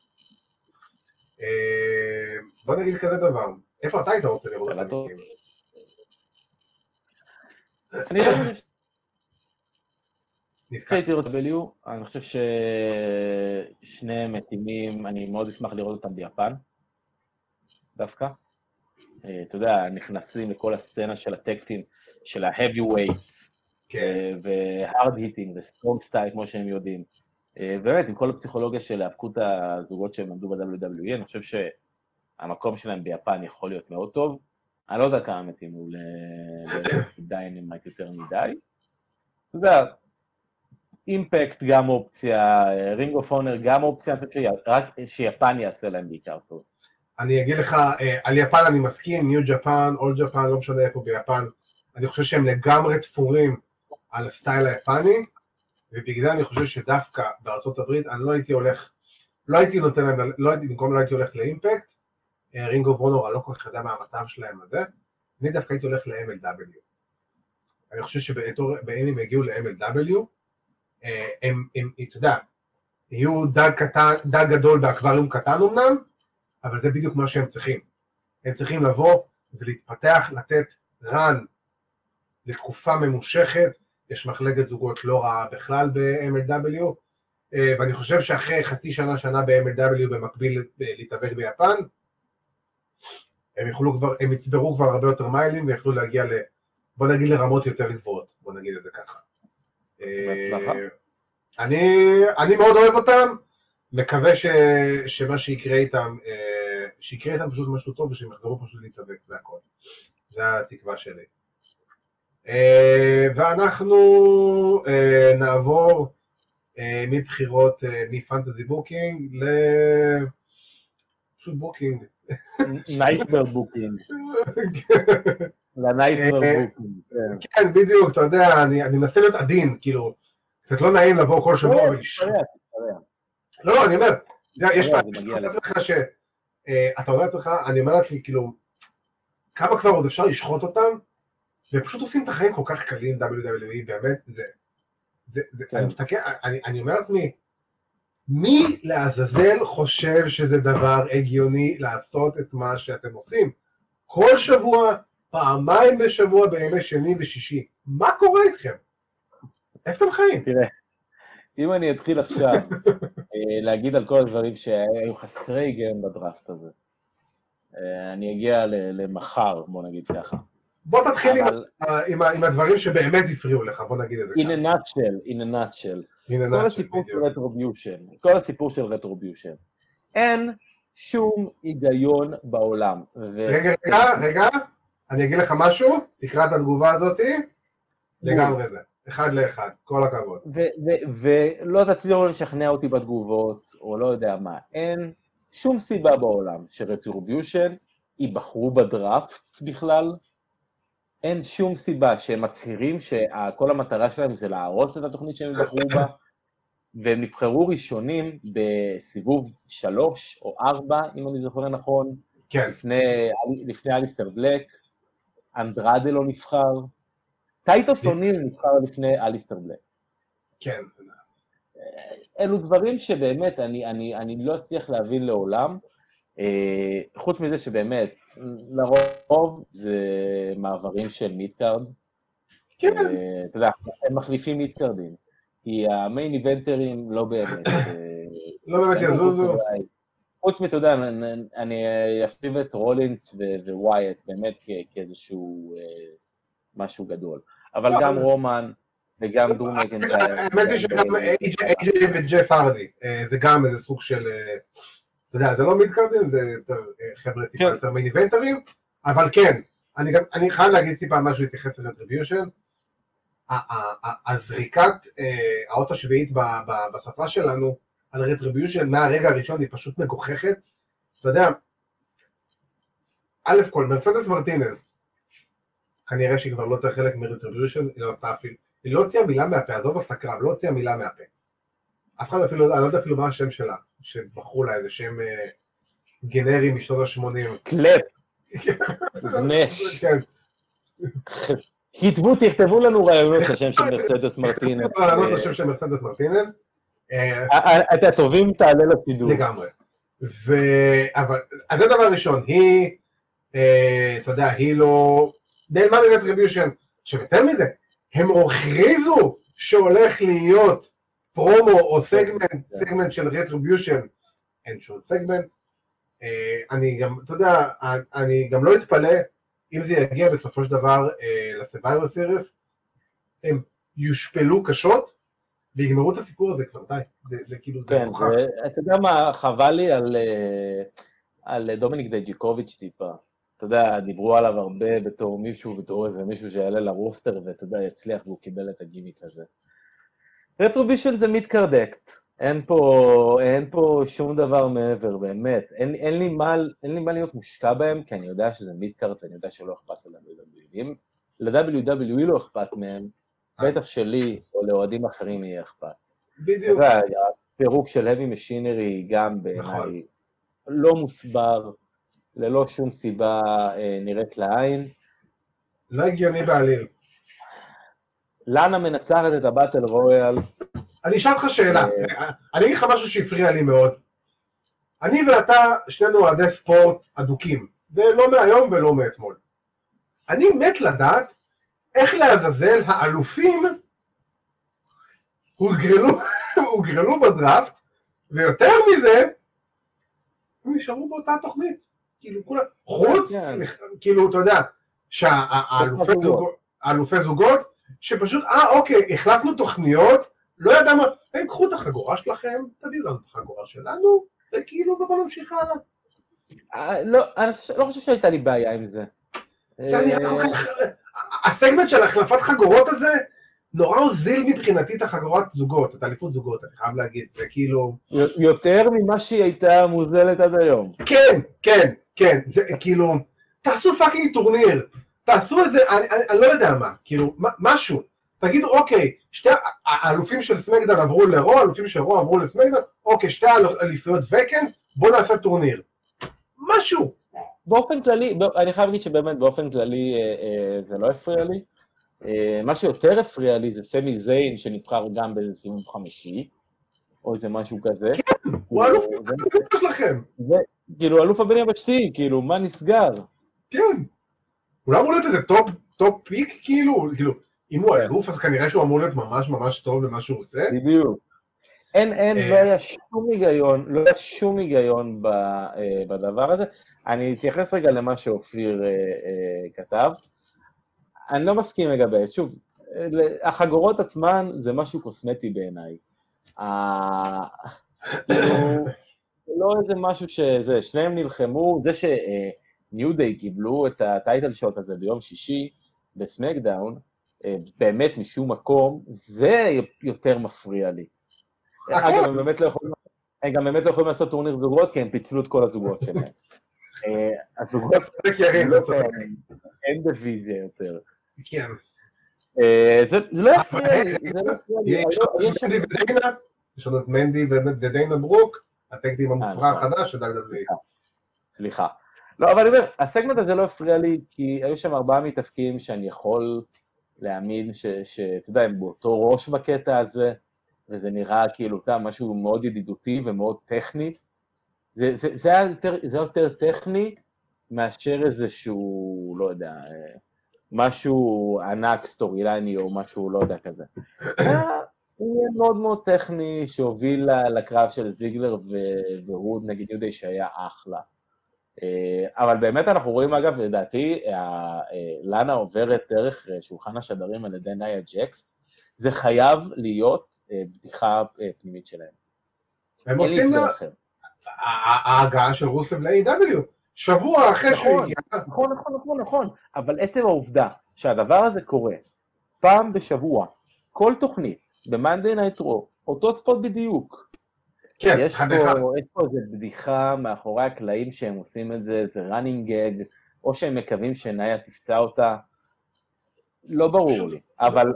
בוא נגיד כזה דבר, איפה אתה היית רוצה לראות את המקרים? אני לא חושב הייתי לראות W, אני חושב ששניהם מתאימים, אני מאוד אשמח לראות אותם ביפן, דווקא. אתה יודע, נכנסים לכל הסצנה של הטקטים, של ה-heavyweights, ו-hard hitting, ו-strong style, כמו שהם יודעים. באמת, עם כל הפסיכולוגיה של להפקות הזוגות שהם עמדו ב-WWE, אני חושב שהמקום שלהם ביפן יכול להיות מאוד טוב. אני לא יודע כמה מתאימו לדיינמייט יותר מדי. אתה יודע, אימפקט גם אופציה, רינג אוף אונר גם אופציה, אני חושב שרק שיפן יעשה להם בעיקר טוב. אני אגיד לך, על יפן אני מסכים, ניו ג'פן, אול ג'פן, לא משנה איפה ביפן, אני חושב שהם לגמרי תפורים על הסטייל היפני, ובגלל אני חושב שדווקא בארצות הברית, אני לא הייתי הולך, לא הייתי נותן להם, במקום לא הייתי הולך לאימפקט, רינג אוף אונר, אני לא כל כך יודע מה המצב שלהם הזה, אני דווקא הייתי הולך ל-MLW. אני חושב שבאים הם הגיעו ל-MLW, הם, אתה יודע, יהיו דג גדול באקווריום קטן אמנם, אבל זה בדיוק מה שהם צריכים. הם צריכים לבוא ולהתפתח, לתת רן לתקופה ממושכת, יש מחלקת זוגות לא רעה בכלל ב-MLW, ואני חושב שאחרי חצי שנה ב-MLW במקביל להתאבק ביפן, הם יצברו כבר הרבה יותר מיילים ויכלו להגיע בוא נגיד לרמות יותר גבוהות, בוא נגיד את זה ככה. אני מאוד אוהב אותם, מקווה שמה שיקרה איתם, פשוט משהו טוב ושהם יחזרו פשוט להתאבק, זה הכל. זה התקווה שלי. ואנחנו נעבור מבחירות, מפנטזי בוקינג פשוט בוקינג. נייטמר בוקינג. לנייטמר בוקינג. כן, בדיוק, אתה יודע, אני מנסה להיות עדין, כאילו, קצת לא נעים לבוא כל שבוע ולשחק. לא, אני אומר, יש פעם, אתה אומר לעצמך, אני אומר לעצמי, כאילו, כמה כבר עוד אפשר לשחוט אותם, ופשוט עושים את החיים כל כך קלים, WWE, באמת, אני מסתכל, אני אומר לעצמי, מי לעזאזל חושב שזה דבר הגיוני לעשות את מה שאתם עושים? כל שבוע, פעמיים בשבוע, בימי שני ושישי, מה קורה איתכם? איפה אתם חיים? תראה, אם אני אתחיל עכשיו להגיד על כל הדברים שהיו חסרי היגיון בדראפט הזה, אני אגיע למחר, בוא נגיד ככה. בוא תתחיל עם הדברים שבאמת הפריעו לך, בוא נגיד את זה ככה. In a nutshell. כל הסיפור של רטרוביושן. אין שום היגיון בעולם. רגע, אני אגיד לך משהו, תקרא את התגובה הזאת, לגמרי זה. אחד לאחד, כל הכבוד. ולא תצליחו לשכנע אותי בתגובות, או לא יודע מה, אין שום סיבה בעולם שרטרוביושן ייבחרו בדראפט בכלל, אין שום סיבה שהם מצהירים שכל המטרה שלהם זה להרוס את התוכנית שהם ייבחרו בה, והם נבחרו ראשונים בסיבוב 3 או 4, אם אני זוכר נכון, כן. לפני אליסטר בלק, אנדרדה לא נבחר, טייטוס אוניל נבחר לפני אליסטר בלק. כן. אלו דברים שבאמת אני לא אצליח להבין לעולם, חוץ מזה שבאמת, לרוב זה מעברים של מידקארד. כן. אתה יודע, הם מחליפים מידקארדים, כי המיין איבנטרים לא באמת. לא באמת יזוזו. חוץ אתה יודע, אני אפשיב את רולינס ווייט, באמת כאיזשהו משהו גדול. אבל גם רומן וגם דרו מקנטייר. האמת היא שגם AJ וג'ף הרדי, זה גם איזה סוג של, אתה יודע, זה לא מידקארדים, זה חבר'ה טיפה יותר מיין איבנטרים, אבל כן, אני חייב להגיד טיפה משהו להתייחס לרטריביושן, הזריקת האות השביעית בשפה שלנו, על רטריביושן מהרגע הראשון היא פשוט מגוחכת, אתה יודע, א' כל, מרסדס מרטינז, כנראה שהיא כבר לא יותר חלק מרטריביושן, היא לא עשתה אפילו, היא לא הוציאה מילה מהפה, עזוב הסקרב, לא הוציאה מילה מהפה. אף אחד אפילו, אני לא יודע אפילו מה השם שלה, שבחרו לה איזה שם גנרי משנות ה-80. קלפ. זנש. כן. תכתבו לנו רעיונות לשם של מרסדס מרטינז. רעיונות לשם של מרסדס מרטינז. אתה טובים תעלה לסידור. לגמרי. אבל, אז זה דבר ראשון, היא, אתה יודע, היא לא, נעלמה מרטריביושן, עכשיו יותר מזה, הם הכריזו שהולך להיות פרומו או סגמנט של רטריביושן, אין שום סגמנט. אני גם, אתה יודע, אני גם לא אתפלא אם זה יגיע בסופו של דבר לסרווייבר סיריס, הם יושפלו קשות ויגמרו את הסיפור הזה כבר, די, זה כאילו, זה מוכח. אתה יודע מה, חבל לי על דומיניק דיג'יקוביץ' טיפה. אתה יודע, דיברו עליו הרבה בתור איזה מישהו שיעלה לרוסטר, ואתה יודע, יצליח והוא קיבל את הגימיק הזה. רטרובישן זה מידקארד-אקט, אין פה שום דבר מעבר, באמת. אין לי מה להיות מושקע בהם, כי אני יודע שזה מידקארד, ואני יודע שלא אכפת ל-WWE. ל-WWE לא אכפת מהם, בטח שלי או לאוהדים אחרים יהיה אכפת. בדיוק. הפירוק של heavy machinery גם בעיניי לא מוסבר, ללא שום סיבה נראית לעין. לא הגיוני בעליל. לאנה מנצחת את הבטל רויאל. אני אשאל אותך שאלה, אני אגיד לך משהו שהפריע לי מאוד. אני ואתה שנינו אוהדי ספורט אדוקים, ולא מהיום ולא מאתמול. אני מת לדעת איך לעזאזל האלופים הוגרלו בדראפט, ויותר מזה, הם נשארו באותה תוכנית. כאילו כולה, חוץ, כאילו אתה יודע, שהאלופי זוגות, שפשוט, אוקיי, החלפנו תוכניות, לא ידע מה, הם קחו את החגורה שלכם, תביאו לנו את החגורה שלנו, וכאילו, ובוא נמשיך הלאה. לא, אני לא חושב שהייתה לי בעיה עם זה. הסגמנט של החלפת חגורות הזה, נורא הוזיל מבחינתי את החגורת זוגות, את אליפות זוגות, אני חייב להגיד, זה כאילו... יותר ממה שהיא הייתה מוזלת עד היום. כן, זה כאילו, תעשו פאקינג טורניר, תעשו איזה, אני לא יודע מה, כאילו, משהו, תגידו, אוקיי, שתי האלופים של סמקדאון עברו לרו, האלופים של רו עברו לסמקדאון, אוקיי, שתי האליפויות וקן, בואו נעשה טורניר. משהו. באופן כללי, אני חייב להגיד שבאמת באופן כללי זה לא הפריע לי. מה שיותר הפריע לי זה סמי זיין שנבחר גם באיזה סיבוב חמישי, או איזה משהו כזה. כן, הוא אלוף שלכם. כאילו, אלוף הבן יבשתי, כאילו, מה נסגר? כן. הוא לא אמור להיות איזה טופ פיק, כאילו, אם הוא אלוף, אז כנראה שהוא אמור להיות ממש ממש טוב במה שהוא עושה. בדיוק. לא היה שום היגיון בדבר הזה. אני אתייחס רגע למה שאופיר כתב. אני לא מסכים לגבי, שוב, החגורות עצמן זה משהו קוסמטי בעיניי. לא איזה משהו שזה, שניהם נלחמו, זה שניו דיי קיבלו את הטייטל שוט הזה ביום שישי בסמקדאון, באמת משום מקום, זה יותר מפריע לי. אגב, הם באמת לא יכולים לעשות טורניר זוגות, כי הם פיצלו את כל הזוגות שלהם. הזוגות, אין דיוויזיה יותר. כן. זה לא יפריע לי, יש לנו את מנדי ודיינה ברוק, הטקטים המופרע החדש של WWE. סליחה. לא, אבל אני אומר, הסגמנט הזה לא הפריע לי, כי היו שם 4 מתאבקים שאני יכול להאמין שאתה יודע, הם באותו ראש בקטע הזה, וזה נראה כאילו משהו מאוד ידידותי ומאוד טכני. זה היה יותר טכני מאשר איזשהו, לא יודע, משהו ענק סטורי-לייני או משהו לא יודע כזה. הוא יהיה מאוד מאוד טכני שהוביל לקרב של זיגלר והוד נגיד יודעי שהיה אחלה. אבל באמת אנחנו רואים אגב, לדעתי, לאנה עוברת דרך שולחן השדרים על ידי נאיה ג'קס, זה חייב להיות בדיחה פנימית שלהם. הם עושים לה ההגעה של רוסלב ל-AW, שבוע אחרי שהוא הגיע. נכון, אבל עצם העובדה שהדבר הזה קורה פעם בשבוע, כל תוכנית, ב-Monday Night Raw, אותו ספוט בדיוק. כן, יש פה איזו בדיחה מאחורי הקלעים שהם עושים את זה, זה running gag, או שהם מקווים שנאיה תפצע אותה, לא ברור לי, אבל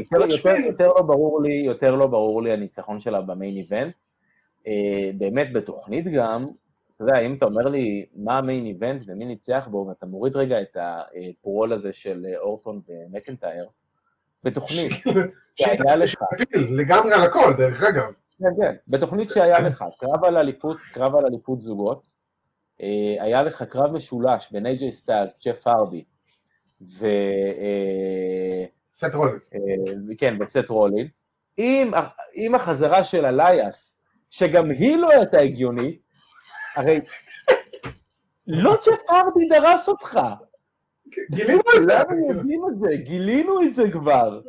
יותר לא ברור לי הניצחון שלה במיין איבנט, באמת בתוכנית גם, אתה יודע, אם אתה אומר לי מה המיין איבנט ומי ניצח בו, ואתה מוריד רגע את הפרול הזה של אורטון ומקנטייר, בתוכנית שהיה לך... לגמרי על הכל, דרך אגב. כן, בתוכנית שהיה לך, קרב על אליפות זוגות, היה לך קרב משולש בין AJ סטיילס, ג'ף הרדי, סט רולינס. כן, וסט רולינס, עם החזרה של אלייס, שגם היא לא הייתה הגיונית, הרי לא ג'ף הרדי דרס אותך. גילינו את זה. למה יודעים את זה? גילינו את זה כבר.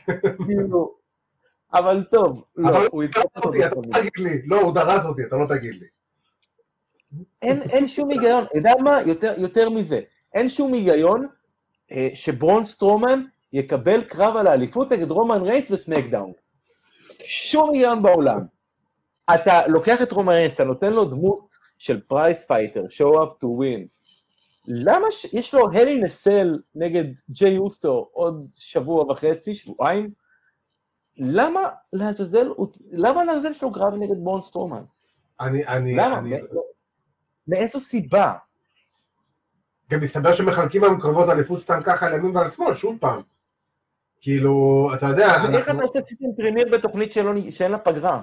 אבל טוב, לא, הוא דרס אותי, אתה לא תגיד לי. לא, הוא דרס אותי, אתה לא תגיד לי. אין שום היגיון, אתה יודע מה? יותר מזה. אין שום היגיון שברון סטרומן יקבל קרב על האליפות נגד רומן ריינס וסמקדאון. שום היגיון בעולם. אתה לוקח את רומן ריינס, אתה נותן לו דמות של פרייס פייטר, show up to win. למה יש לו הלי נסל נגד ג'יי אוסו עוד שבוע וחצי, שבועיים? למה לעזאזל שלו קרב נגד ברון סטרומן? למה? מאיזו סיבה? גם מסתבר שמחלקים לנו קרבות אליפות סתם ככה על ימין ועל שמאל, שוב פעם. כאילו, אתה יודע... איך אתה עושה סיסטם טרניר בתוכנית שאין לה פגרה?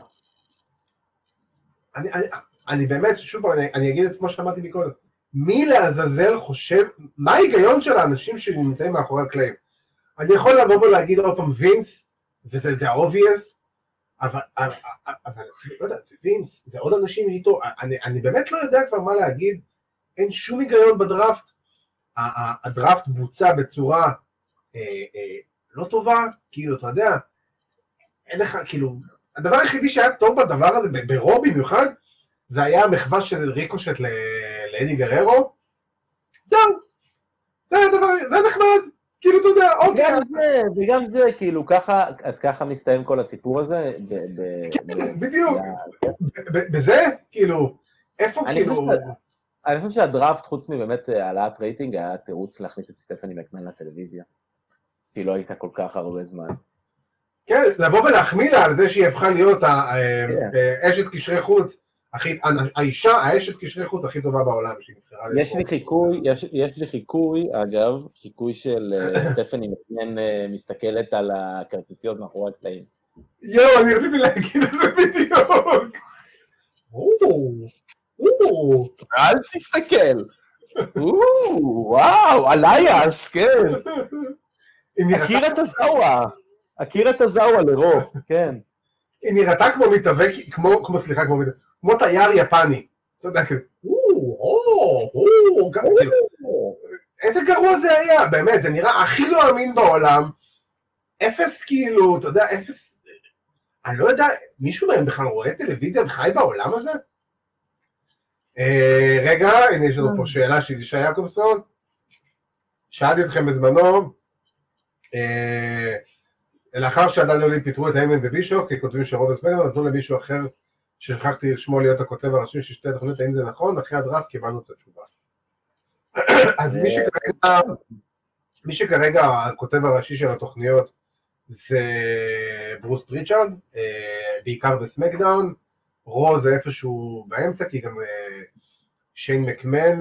אני באמת, שוב פעם, אני אגיד את מה שאמרתי מקודם. מי לעזאזל חושב, מה ההיגיון של האנשים שנמצאים מאחורי הקלעים? אני יכול לבוא ולהגיד עוד פעם וינס, וזה ה-obvious, אבל לא יודע, זה וינס, זה עוד אנשים איתו, אני באמת לא יודע כבר מה להגיד, אין שום היגיון בדראפט, הדראפט בוצע בצורה לא טובה, כאילו, אתה יודע, אין לך, כאילו, הדבר היחידי שהיה טוב בדבר הזה, ברוב במיוחד, זה היה המחווה של ריקושט לאדי גררו, זהו, זה הדבר, זה נחמד, כאילו, אתה יודע, אוקיי. וגם זה, כאילו, ככה, אז ככה מסתיים כל הסיפור הזה. כן, בדיוק. בזה, כאילו, איפה, כאילו... אני חושב שהדראפט, חוץ מבאמת העלאת רייטינג, היה תירוץ להכניס את סטפני מקמן לטלוויזיה. כי לא הייתה כל כך הרבה זמן. כן, לבוא ולהחמיא לה על זה שהיא הפכה להיות האשת קשרי חוץ, האישה, האשת קשרי חוץ הכי טובה בעולם שהיא נבחרה. יש לי חיקוי, אגב, חיקוי של סטפני מקמן מסתכלת על הכרטיסיות מאחורי הקטעים. יואו, אני רציתי להגיד את זה בדיוק. אל תסתכל. וואו, אלייס, כן. הכיר את הזאווה לרו, כן. היא נראתה כמו מתאבק, כמו תייר יפני. אתה יודע, כזה, איזה גרוע זה היה, באמת, זה נראה הכי לא אמין בעולם. אפס כאילו, אתה יודע, אפס, אני לא יודע, מישהו מהם בכלל רואה טלוויזיה וחי בעולם הזה? רגע, הנה יש לנו פה שאלה של ישי יעקובסון. שאלתי אתכם בזמנו, לאחר שהדאבליו פיטרו את היימן ובישוף, כי כותבים שרוב הספגנר, נתנו למישהו אחר ששכחתי לשמו להיות הכותב הראשי של שתי התוכניות, האם זה נכון? אחרי הדראפט קיבלנו את התשובה. אז מי שכרגע הכותב הראשי של התוכניות זה ברוס פריצ'ארד, בעיקר בסמקדאון, רו זה איפשהו באמצע, כי גם שיין מקמן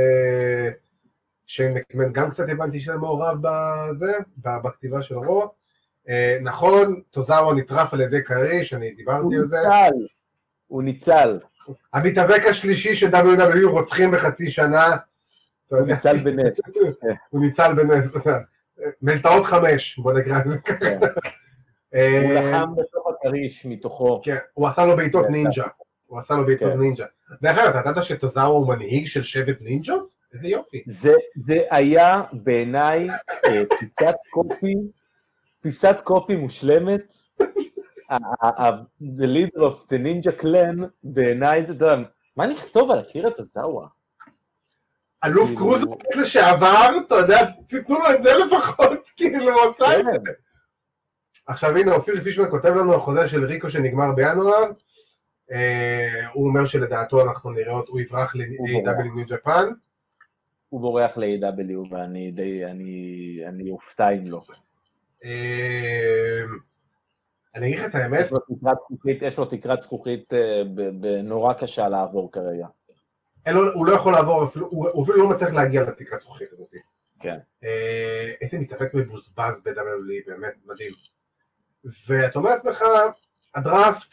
גם קצת הבנתי שזה מעורב בזה, בכתיבה של רו. נכון, תוזארו נטרף על ידי קריש, אני דיברתי על זה. הוא ניצל. המתאבק השלישי של WWE רוצחים בחצי שנה. הוא ניצל בנס. הוא ניצל בנס. מלטעות 5, בוא נקרא את זה ככה. הוא לחם בתוך הקריש מתוכו. כן, הוא עשה לו בעיטות נינג'ה. דרך אגב, אתה יודעת שתוזארו הוא מנהיג של שבט נינג'ות? איזה יופי. זה היה בעיניי פיסת קופי מושלמת. The leader of the ninja clan, בעיניי זה דבר, מה נכתוב על אקירה טוזאווה? אלוף קרוז לשעבר, אתה יודע, תתנו לו את זה לפחות, כאילו, הוא עושה את זה. עכשיו הנה, אופיר פישמן כותב לנו החוזה של ריקו שנגמר בינואר, הוא אומר שלדעתו אנחנו נראה אותו, הוא יברח ל-AW ניו ג'פן. הוא בורח ל-AW ואני אופתע אם לא. אני אגיד לך את האמת. יש לו תקרת זכוכית נורא קשה לעבור כרגע. הוא לא יכול לעבור, הוא אפילו לא מצליח להגיע לתקרת זכוכית הזאת. כן. איזה מתאבק מבוזבז ב-WWE, באמת מדהים. ואת אומרת לך, הדראפט,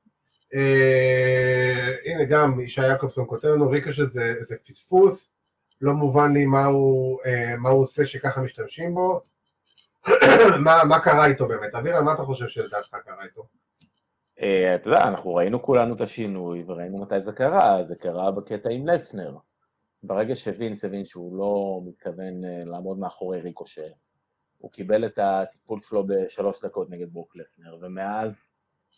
הנה גם ישי יעקובסון כותב לנו, ריקושט זה פספוס, לא מובן לי מה הוא עושה שככה משתמשים בו. מה קרה איתו באמת? אבירה, מה אתה חושב שלדעתך קרה איתו? אתה יודע, אנחנו ראינו כולנו את השינוי, וראינו מתי זה קרה, זה קרה בקטע עם לסנר. ברגע שווינס הבין שהוא לא מתכוון לעמוד מאחורי ריקושה, הוא קיבל את הטיפול שלו ב3 דקות נגד ברוק לסנר, ומאז...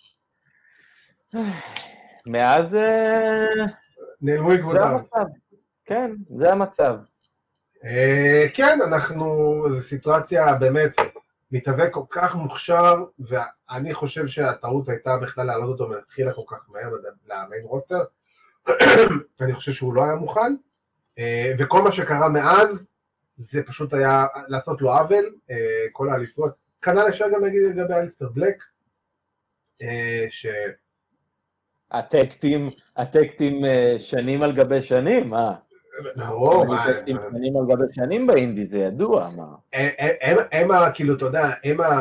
מאז... נעלמו עקבותיו. זה המצב. כן, זה המצב. כן, זו סיטואציה באמת, מתהווה כל כך מוכשר, ואני חושב שהטעות הייתה בכלל להעלות אותו מלהתחילה כל כך מהר למיין רוסטר, אני חושב שהוא לא היה מוכן, וכל מה שקרה מאז, זה פשוט היה לעשות לו עוול, כל האליפויות, כנ"ל אפשר גם להגיד לגבי אליסטר בלק, הטקטים שנים על גבי שנים, מה? הטקטים שנים על גבי שנים באינדי, זה ידוע, מה? הם כאילו, אתה יודע,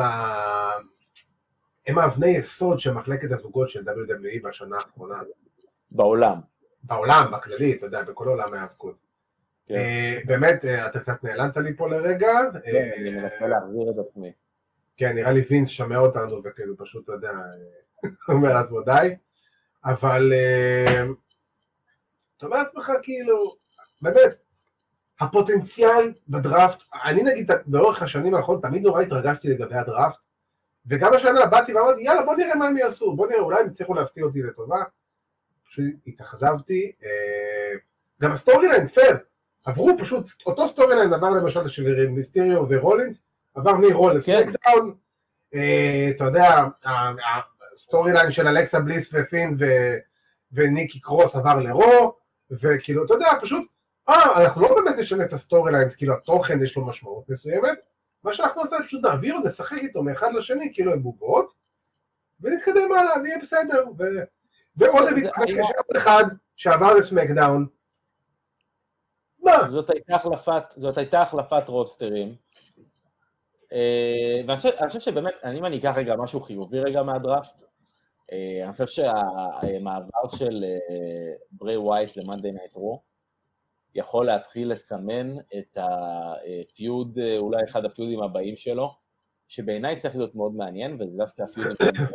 הם האבני יסוד של מחלקת הזוגות של WWE בשנה האחרונה. בעולם. בעולם, בכללי, אתה יודע, בכל עולם ההאבקות. באמת, אתה קצת נעלמת לי פה לרגע. אני מנסה להחזיר את עצמי. כן, נראה לי וינס שומע אותנו, וכאילו פשוט, אתה יודע, אומר לעצמו די. אבל אתה אומר לעצמך כאילו, באמת, הפוטנציאל בדראפט, אני נגיד באורך השנים האחרונות תמיד נורא התרגשתי לגבי הדראפט, וגם השנה באתי ואמרתי יאללה בוא נראה מה הם יעשו, בוא נראה אולי הם יצליחו להפתיע אותי לטובה, פשוט התאכזבתי, גם הסטורי ליין פייר, עברו פשוט, אותו סטורי ליין עבר למשל של מיסטריו ורולינס, עבר מרול לסמקדאון, אתה יודע, הסטורי ליין של אלכסה בליס ופין וניקי קרוס עבר לרו, וכאילו, אתה יודע, פשוט, אנחנו לא באמת נשנה את הסטורי ליין, כאילו התוכן יש לו משמעות מסוימת, מה שאנחנו נעשה פשוט נעביר ונשחק איתו מאחד לשני, כאילו הם בובות, ונתקדם הלאה, ויהיה בסדר, ועוד אחד שעבר לסמקדאון, מה? זאת הייתה החלפת רוסטרים, ואני חושב שבאמת, אם אני אקח רגע משהו חיובי רגע מהדראפט, אני חושב שהמעבר של ברי ווייט למאנדיי נייט רו, יכול להתחיל לסמן את הפיוד, אולי אחד הפיודים הבאים שלו, שבעיניי צריך להיות מאוד מעניין, וזה דווקא הפיוד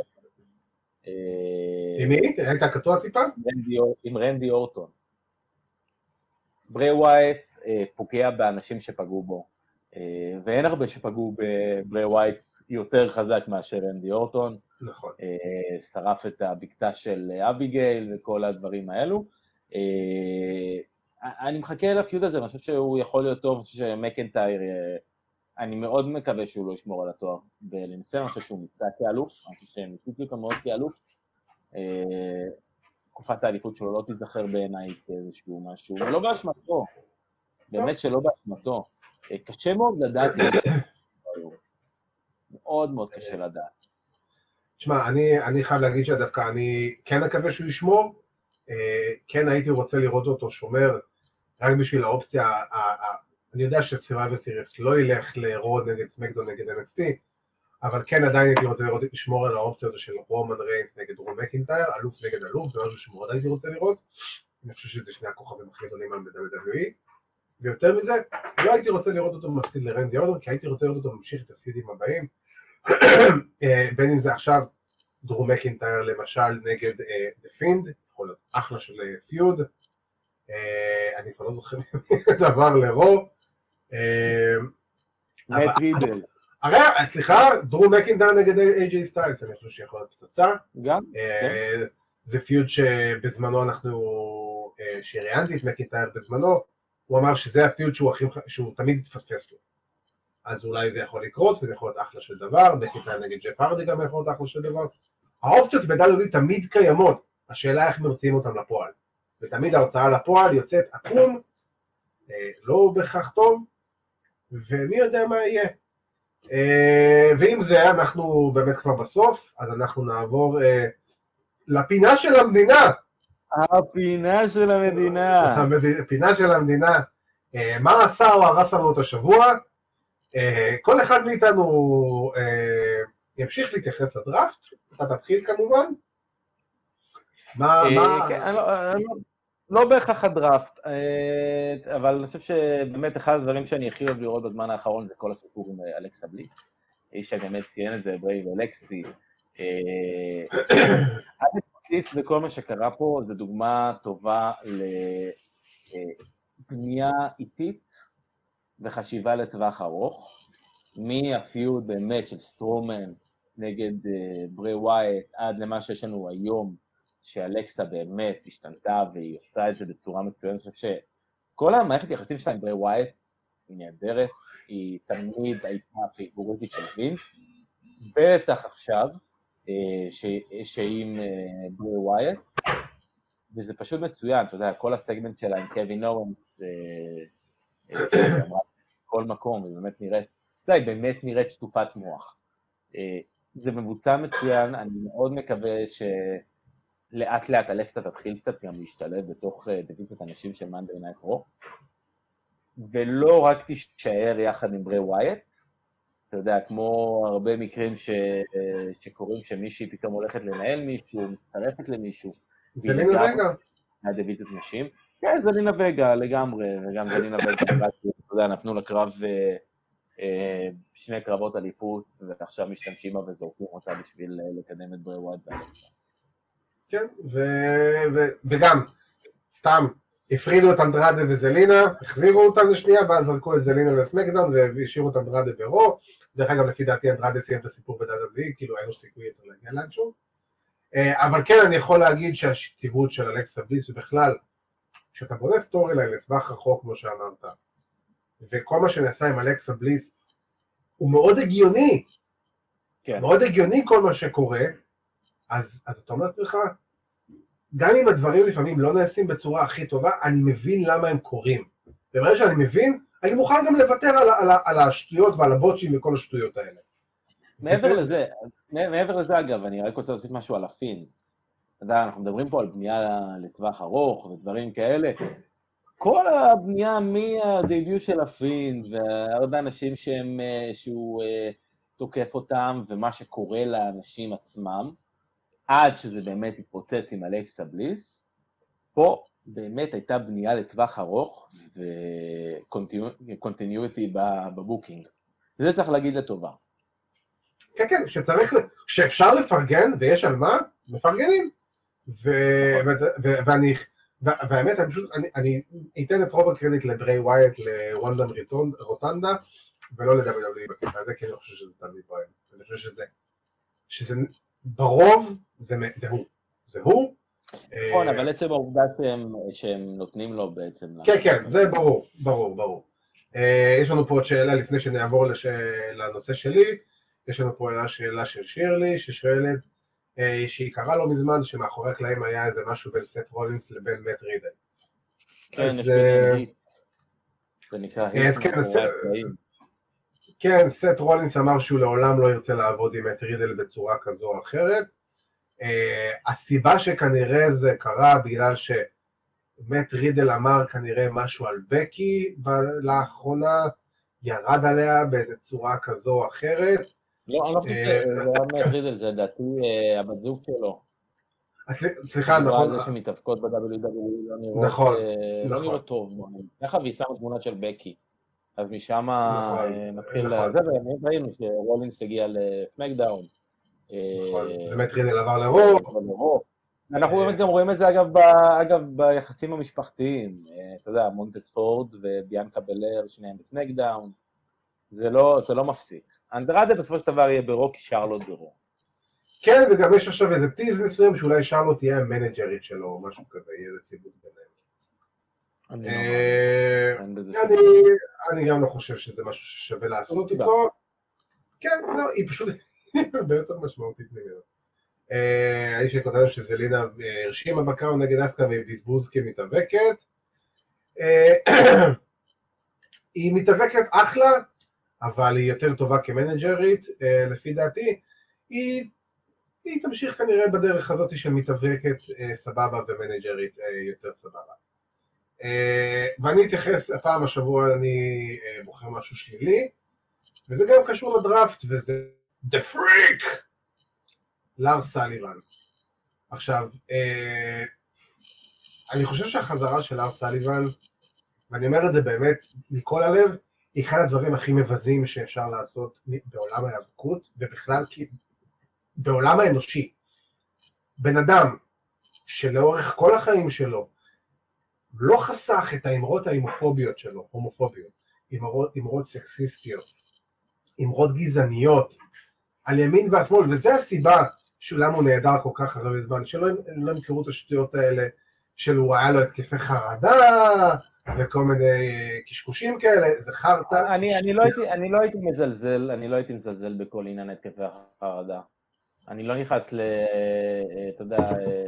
עם מי? היית קטוע טיפה? עם רנדי אורטון. ברי ווייט פוגע באנשים שפגעו בו, ואין הרבה שפגעו בברי ווייט יותר חזק מאשר רנדי אורטון. נכון. שרף את הבקתה של אביגייל וכל הדברים האלו. אני מחכה לפיוד הזה, אני חושב שהוא יכול להיות טוב, אני חושב שמקנטייר, אני מאוד מקווה שהוא לא ישמור על התואר בלנסה, אני חושב שהוא מצא כאלוף, אני חושב שהם ניסיתי אותו מאוד כאלוף, תקופת האליפות שלו לא תזכר בעיניי כאיזשהו משהו, ולא באשמתו, באמת שלא באשמתו, קשה מאוד לדעת, מאוד מאוד קשה לדעת. תשמע, אני חייב להגיד שדווקא אני כן מקווה שהוא ישמור, כן הייתי רוצה לראות אותו שומר, רק בשביל האופציה, אני יודע שסרווייבר סיריס לא ילך לרוד נגד סמקדאון נגד NXT, אבל כן עדיין הייתי רוצה לראות, לשמור על האופציה הזו של רומן ריינס נגד דרו מקינטייר, אלוף נגד אלוף, זה משהו שמאוד הייתי רוצה לראות, אני חושב שזה שני הכוכבים הכי גדולים על WWE, ויותר מזה, לא הייתי רוצה לראות אותו מפסיד לרנדי אורטון, כי הייתי רוצה לראות אותו ממשיך את הפיודים הבאים, בין אם זה עכשיו דרו מקינטייר למשל נגד The Fiend, יכול להיות אחלה של פיוד, אני כבר לא זוכר דבר לרו. נט רידל. הרי, סליחה, דרו מקינטייר נגד AJ סטיילס, אני חושב שיכול להיות פצצה. גם. זה פיוד שבזמנו שראיינתי את מקינטייר בזמנו, הוא אמר שזה הפיוד שהוא תמיד התפספס לו. אז אולי זה יכול לקרות, וזה יכול להיות אחלה של דבר, מקינטייר נגד ג'ף הרדי גם יכול להיות אחלה של דבר. האופציות בדלולי תמיד קיימות, השאלה איך מרציעים אותם לפועל. ותמיד ההוצאה לפועל יוצאת עקום, לא בהכרח טוב, ומי יודע מה יהיה. ואם זה אנחנו באמת כבר בסוף, אז אנחנו נעבור לפינה של המדינה. הפינה של המדינה. הפינה של המדינה. מה עשה או הרס לנו את השבוע? כל אחד מאיתנו ימשיך להתייחס לדראפט, אתה תתחיל כמובן. לא בהכרח הדראפט, אבל אני חושב שבאמת אחד הדברים שאני הכי אוהב לראות בזמן האחרון זה כל הסיפור עם אלכסה בליס. איש באמת ציין את זה, ברייב אלקסי. אלקסיס וכל מה שקרה פה זה דוגמה טובה לבנייה איטית וחשיבה לטווח ארוך, מהפיוד באמת של סטרומן נגד ברי ווייט עד למה שיש לנו היום, שאלקסה באמת השתנתה והיא עושה את זה בצורה מצוינת. אני חושב שכל המערכת יחסים שלה עם ברי ווייט היא נהדרת, היא תמיד הייתה פיגוריטית של וינס, בטח עכשיו, שעם ברי ווייט, וזה פשוט מצוין, אתה יודע, כל הסגמנט שלה עם קווין אורנס, כל מקום, היא באמת נראית, אתה יודע, היא באמת נראית שטופת מוח. זה מבוצע מצוין, אני מאוד מקווה שלאט לאט אלקסה תתחיל קצת גם להשתלב בתוך דיוויזיית הנשים של Monday Night Raw, ולא רק תישאר יחד עם ברי ווייט, אתה יודע, כמו הרבה מקרים שקורים שמישהי פתאום הולכת לנהל מישהו, מצטרפת למישהו. זלינה וגה. מהדיוויזיית נשים. כן, זלינה וגה לגמרי, וגם זלינה וגה, אתה יודע, נתנו לקרב שני קרבות אליפות, ועכשיו משתמשים בה וזורקים אותה בשביל לקדם את ברי ווייט ואלקסה. כן, וגם, סתם, הפרידו את אנדרדה וזלינה, החזירו אותם לשנייה, ואז זרקו את זלינה לסמקדאון, והשאירו את אנדרדה ברו. דרך אגב, לפי דעתי אנדרדה סיים את הסיפור בדאדאבי, כאילו היה לו סיכוי יותר להגיע לאנשהו. אבל כן, אני יכול להגיד שהשיציבות של אלקסה בליס, ובכלל, כשאתה בונה סטורי ליין לטווח רחוק, כמו שאמרת, וכל מה שנעשה עם אלקסה בליס, הוא מאוד הגיוני. כן. מאוד הגיוני כל מה שקורה, אז אתה אומר לך, גם אם הדברים לפעמים לא נעשים בצורה הכי טובה, אני מבין למה הם קורים. וברגע שאני מבין, אני מוכן גם לוותר על השטויות ועל הבוטשים וכל השטויות האלה. מעבר לזה אגב, אני רק רוצה להוסיף משהו על הפין. אתה יודע, אנחנו מדברים פה על בנייה לטווח ארוך ודברים כאלה. כל הבנייה מהדייביוט של הפין, והרבה אנשים שהוא תוקף אותם, ומה שקורה לאנשים עצמם, עד שזה באמת התפוצץ עם אלקסה בליס, פה באמת הייתה בנייה לטווח ארוך, וקונטיניויטי בבוקינג. זה צריך להגיד לטובה. כן, כן, שאפשר לפרגן, ויש על מה, מפרגנים. והאמת, אני אתן את רוב הקרדיט לברי ווייט, לוונדן רוטנדה, ולא ל-WWE בקטע הזה, כי אני חושב שזה תלוי בהם. אני חושב שזה ברוב, זה הוא. נכון, אבל עצם העובדה שהם נותנים לו בעצם. כן, כן, זה ברור. יש לנו פה עוד שאלה לפני שנעבור לנושא שלי, יש לנו פה שאלה של שירלי, ששואלת, שהיא קראה לו מזמן, שמאחורי הקלעים היה איזה משהו בין סט רולינס לבין מאט רידל. כן, יש בין זה נקרא היט מאחורי הקלעים. כן, סט רולינס אמר שהוא לעולם לא ירצה לעבוד עם מאט רידל בצורה כזו או אחרת. הסיבה שכנראה זה קרה בגלל שמאט רידל אמר כנראה משהו על בקי לאחרונה, ירד עליה באיזו צורה כזו או אחרת. לא, אני לא חושב שזה היה מאט רידל, זה לדעתי הבת זוג שלו. סליחה, נכון. זה שמתאבקות ב-WWE לא נראות טוב. ככה והיא שמה תמונה של בקי. אז משם נתחיל לזה, ובאמת ראינו שרולינס הגיע לסמקדאון. נכון, באמת רידל עבר לרו. אנחנו באמת גם רואים את זה אגב ביחסים המשפחתיים. אתה יודע, מונטס פורד וביאנקה בלר, שניהם בסמקדאון. זה לא מפסיק. אנדרדה בסופו של דבר יהיה ברו, כי שרלוט ברו. כן, וגם יש עכשיו איזה טיז מסוים, שאולי שרלוט תהיה המנג'רית שלו, או משהו כזה, יהיה איזה ציבות ביניהם. אני גם לא חושב שזה משהו ששווה לעשות איתו. כן, לא, היא פשוט הרבה יותר משמעותית ממנו. האיש שכותב שזלינה הרשימה בקראון נגד אסקה והיא בזבוז כמתאבקת. היא מתאבקת אחלה, אבל היא יותר טובה כמנג'רית, לפי דעתי. היא תמשיך כנראה בדרך הזאת של מתאבקת סבבה ומנג'רית יותר סבבה. ואני אתייחס, הפעם השבוע אני בוחר משהו שלילי, וזה גם קשור לדראפט, וזה The Freak! לארס סאליבן. עכשיו, אני חושב שהחזרה של לארס סאליבן, ואני אומר את זה באמת מכל הלב, היא אחד הדברים הכי מבזים שאפשר לעשות בעולם ההיאבקות, ובכלל בעולם האנושי. בן אדם שלאורך כל החיים שלו לא חסך את האמרות ההומופוביות שלו, אמרות סקסיסטיות, אמרות גזעניות, על ימין והשמאל, וזה הסיבה למה הוא נהדר כל כך הרבה זמן, שלא ימכרו את השטויות האלה, שהוא היה לו התקפי חרדה, וכל מיני קשקושים כאלה, זה חרטה. אני לא הייתי מזלזל בכל עניין התקפי החרדה. אני לא נכנס אתה יודע,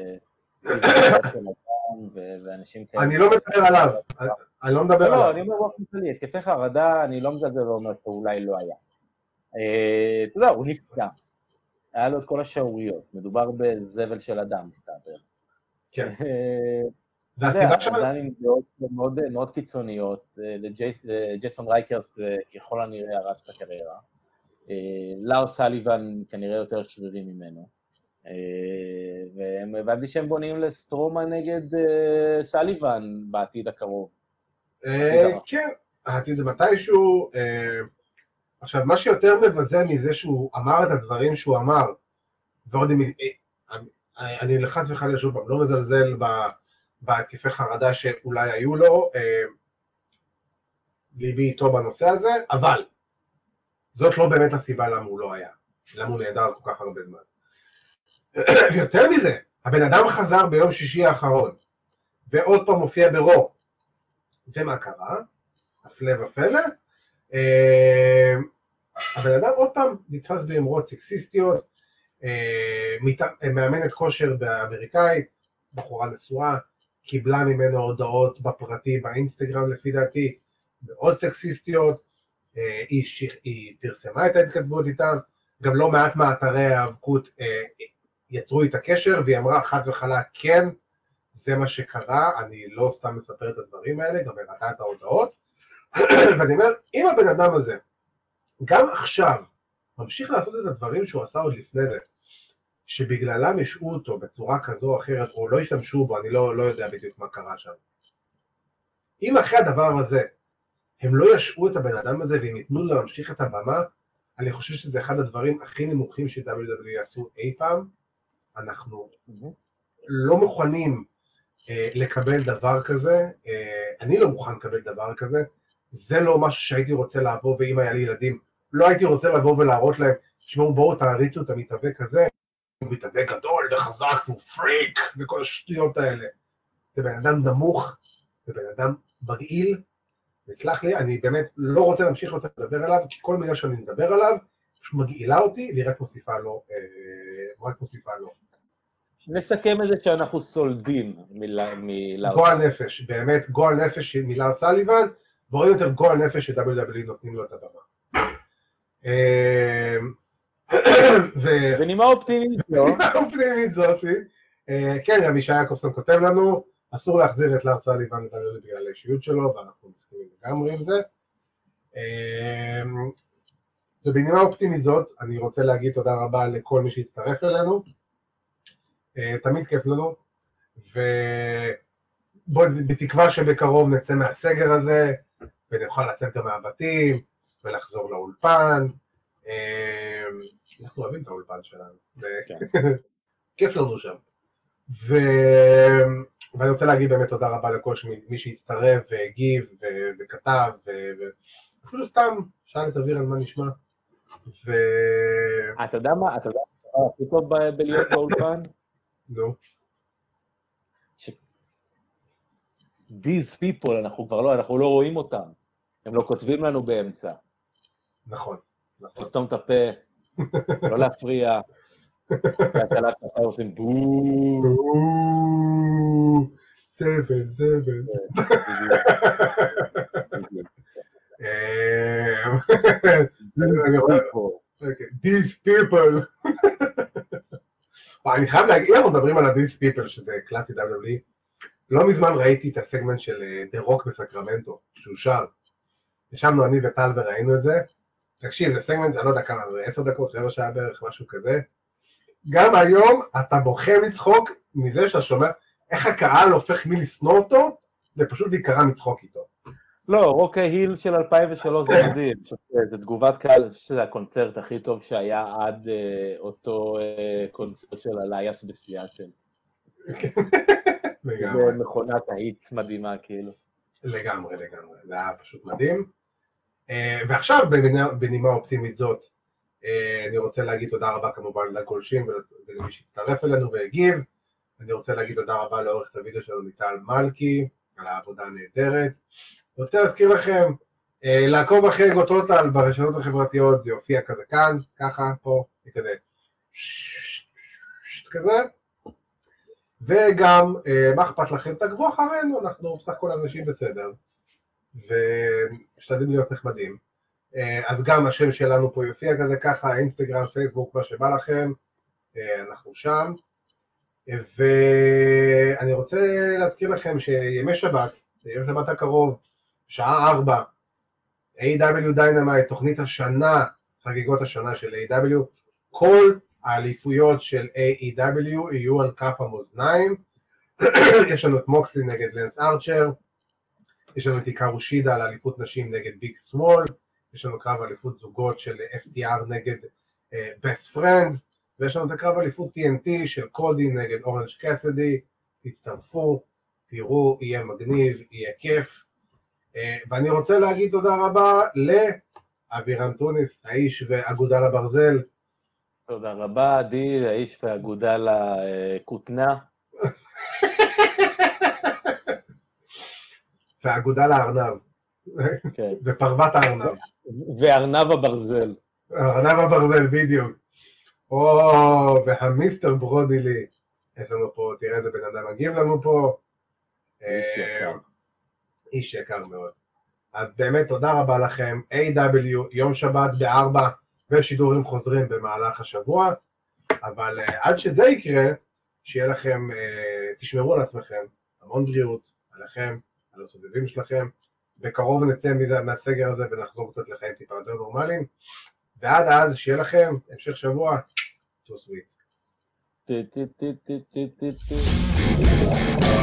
ואנשים כאלה. אני לא מדבר עליו, אני לא מדבר עליו. לא, אני אומר באופן כללי, התקפי חרדה, אני לא מזלזל ואומר שאולי לא היה. אתה יודע, הוא נפגע. היה לו את כל השעוריות, מדובר בזבל של אדם, מסתבר. כן. והסיבה שלנו... עדיין מאוד קיצוניות, לג'ייסון רייקרס ככל הנראה הרס את הקריירה. לארס סליבן כנראה יותר שרירי ממנו. והבנתי שהם בונים לסטרומה נגד סליבן בעתיד הקרוב. כן, העתיד זה מתישהו. עכשיו, מה שיותר מבזה מזה שהוא אמר את הדברים שהוא אמר, ועוד אני לחץ וחלילה שוב פעם, לא מזלזל בהתקפי חרדה שאולי היו לו, ליבי איתו בנושא הזה, אבל זאת לא באמת הסיבה למה הוא לא היה, למה הוא נהדר כל כך הרבה זמן. ויותר מזה, הבן אדם חזר ביום שישי האחרון, ועוד פעם מופיע ברו. ומה קרה? הפלא ופלא. הבן אדם עוד פעם נתפס באמרות סקסיסטיות, מאמנת כושר באמריקאית, בחורה נשואה, קיבלה ממנו הודעות בפרטי באינסטגרם לפי דעתי, מאוד סקסיסטיות, היא פרסמה את ההתכתבות איתם, גם לא מעט מאתרי ההיאבקות יצרו איתה קשר, והיא אמרה חד וחלק כן, זה מה שקרה, אני לא סתם מספר את הדברים האלה, גם הראתה את ההודעות, ואני אומר, אם הבן אדם הזה, גם עכשיו, ממשיך לעשות את הדברים שהוא עשה עוד לפני זה, שבגללם ישעו אותו בצורה כזו או אחרת, או לא ישתמשו בו, אני לא יודע בדיוק מה קרה שם. אם אחרי הדבר הזה, הם לא ישעו את הבן אדם הזה, והם ייתנו לו להמשיך את הבמה, אני חושב שזה אחד הדברים הכי נמוכים ש-WWE יעשו אי פעם. אנחנו לא מוכנים לקבל דבר כזה, אני לא מוכן לקבל דבר כזה, זה לא משהו שהייתי רוצה לעבור, ואם היה לי ילדים, לא הייתי רוצה לבוא ולהראות להם, תשמעו בואו תעריצו את המתאבק הזה, הוא מתאבק גדול וחזק, הוא פריק, וכל השטויות האלה. זה בן אדם נמוך, זה בן אדם מגעיל, וסלח לי, אני באמת לא רוצה להמשיך לדבר עליו, כי כל מילה שאני מדבר עליו, שמגעילה אותי, והיא רק מוסיפה לו. נסכם את זה שאנחנו סולדים מלארס. גועל נפש, באמת גועל נפש של מלארס סליבן, ועוד יותר גועל נפש ש-WWE נותנים לו את הבמה. ונימה אופטימית זו. אופטימית זאתי. כן, גם ישי יעקובסון כותב לנו, אסור להחזיר את לארס סליבן בגלל האישיות שלו, ואנחנו מסכימים לגמרי עם זה. ובנימה אופטימית זאת, אני רוצה להגיד תודה רבה לכל מי שהצטרף אלינו. תמיד כיף לנו, ובואו בתקווה שבקרוב נצא מהסגר הזה, ונוכל לצאת גם מהבתים, ולחזור לאולפן. אנחנו אוהבים את האולפן שלנו, כיף לנו שם. ואני רוצה להגיד באמת תודה רבה לכל מי שהצטרף והגיב וכתב, ואפילו סתם שאל את אוויר על מה נשמע. אתה יודע מה הכי טוב בלהיות באולפן? נו. These people, אנחנו לא רואים אותם. הם לא כותבים לנו באמצע. נכון. לסתום את הפה, לא להפריע. והשאלה שאתה עושים בואו. סבל. These people. אני חייב להגיד, אם אנחנו מדברים על ה-These people, שזה קלאסי WWE, לא מזמן ראיתי את הסגמנט של The Rock בסקרמנטו, שהוא שר. ישבנו אני וטל וראינו את זה. תקשיב, זה סגמנט, אני לא יודע כמה, 10 דקות, רבע שעה בערך, משהו כזה. גם היום אתה בוכה מצחוק מזה שאתה שומע איך הקהל הופך מלשנוא אותו, ופשוט להיקרא מצחוק איתו. לא, רוק ההיל של 2003 זה מדהים, זה תגובת קהל, אני חושב שזה הקונצרט הכי טוב שהיה עד אותו קונצרט של אלייס בסיאטל. זה מכונת ההיט מדהימה כאילו. לגמרי, זה היה פשוט מדהים. ועכשיו בנימה אופטימית זאת, אני רוצה להגיד תודה רבה כמובן לגולשים ולמי שהצטרף אלינו והגיב. אני רוצה להגיד תודה רבה לעורכת הוידאו שלנו ליטל מלכי, על העבודה הנהדרת. אני רוצה להזכיר לכם, לעקוב אחרי גוטוטל ברשתות החברתיות, זה יופיע כזה כאן, ככה, פה, כזה, כזה. וגם, מה אכפת לכם? תעקבו אחרינו, אנחנו בסך הכל אנשים בסדר, ומשתדלים להיות נחמדים. אז גם השם שלנו פה יופיע כזה ככה, אינסטגרם, פייסבוק, מה שבא לכם, אנחנו שם. ואני רוצה להזכיר לכם שימי שבת, יום שבת הקרוב, שעה 4, A.W. Dynamite, תוכנית השנה, חגיגות השנה של A.W. כל האליפויות של A.W. יהיו על כף המאזניים. יש לנו את מוקסלי נגד לנס ארצ'ר, יש לנו את איקרו שידה על אליפות נשים נגד ביג סמול, יש לנו קרב אליפות זוגות של FTR נגד Best Friends, ויש לנו את הקרב אליפות TNT של קודי נגד אורנג' קאסידי. תצטרפו, תראו, יהיה מגניב, יהיה כיף. ואני רוצה להגיד תודה רבה לאבירן טוניס, האיש ואגודל הברזל. תודה רבה, עדי, האיש ואגודל הכותנה. ואגודל הארנב. כן. ופרוות הארנב. וארנב הברזל. ארנב הברזל, בדיוק. והמיסטר ברודי לי. יש לנו פה, תראה איזה בן אדם מגיב לנו פה. איש יקר. איש יקר מאוד. אז באמת תודה רבה לכם. A.W. יום שבת ב-4 ושידורים חוזרים במהלך השבוע. אבל עד שזה יקרה, שיהיה לכם, תשמרו על עצמכם, המון בריאות, עליכם, על הסובבים שלכם. בקרוב נצא מהסגר הזה ונחזור קצת לחיים טיפה יותר נורמליים. ועד אז שיהיה לכם המשך שבוע. too sweet.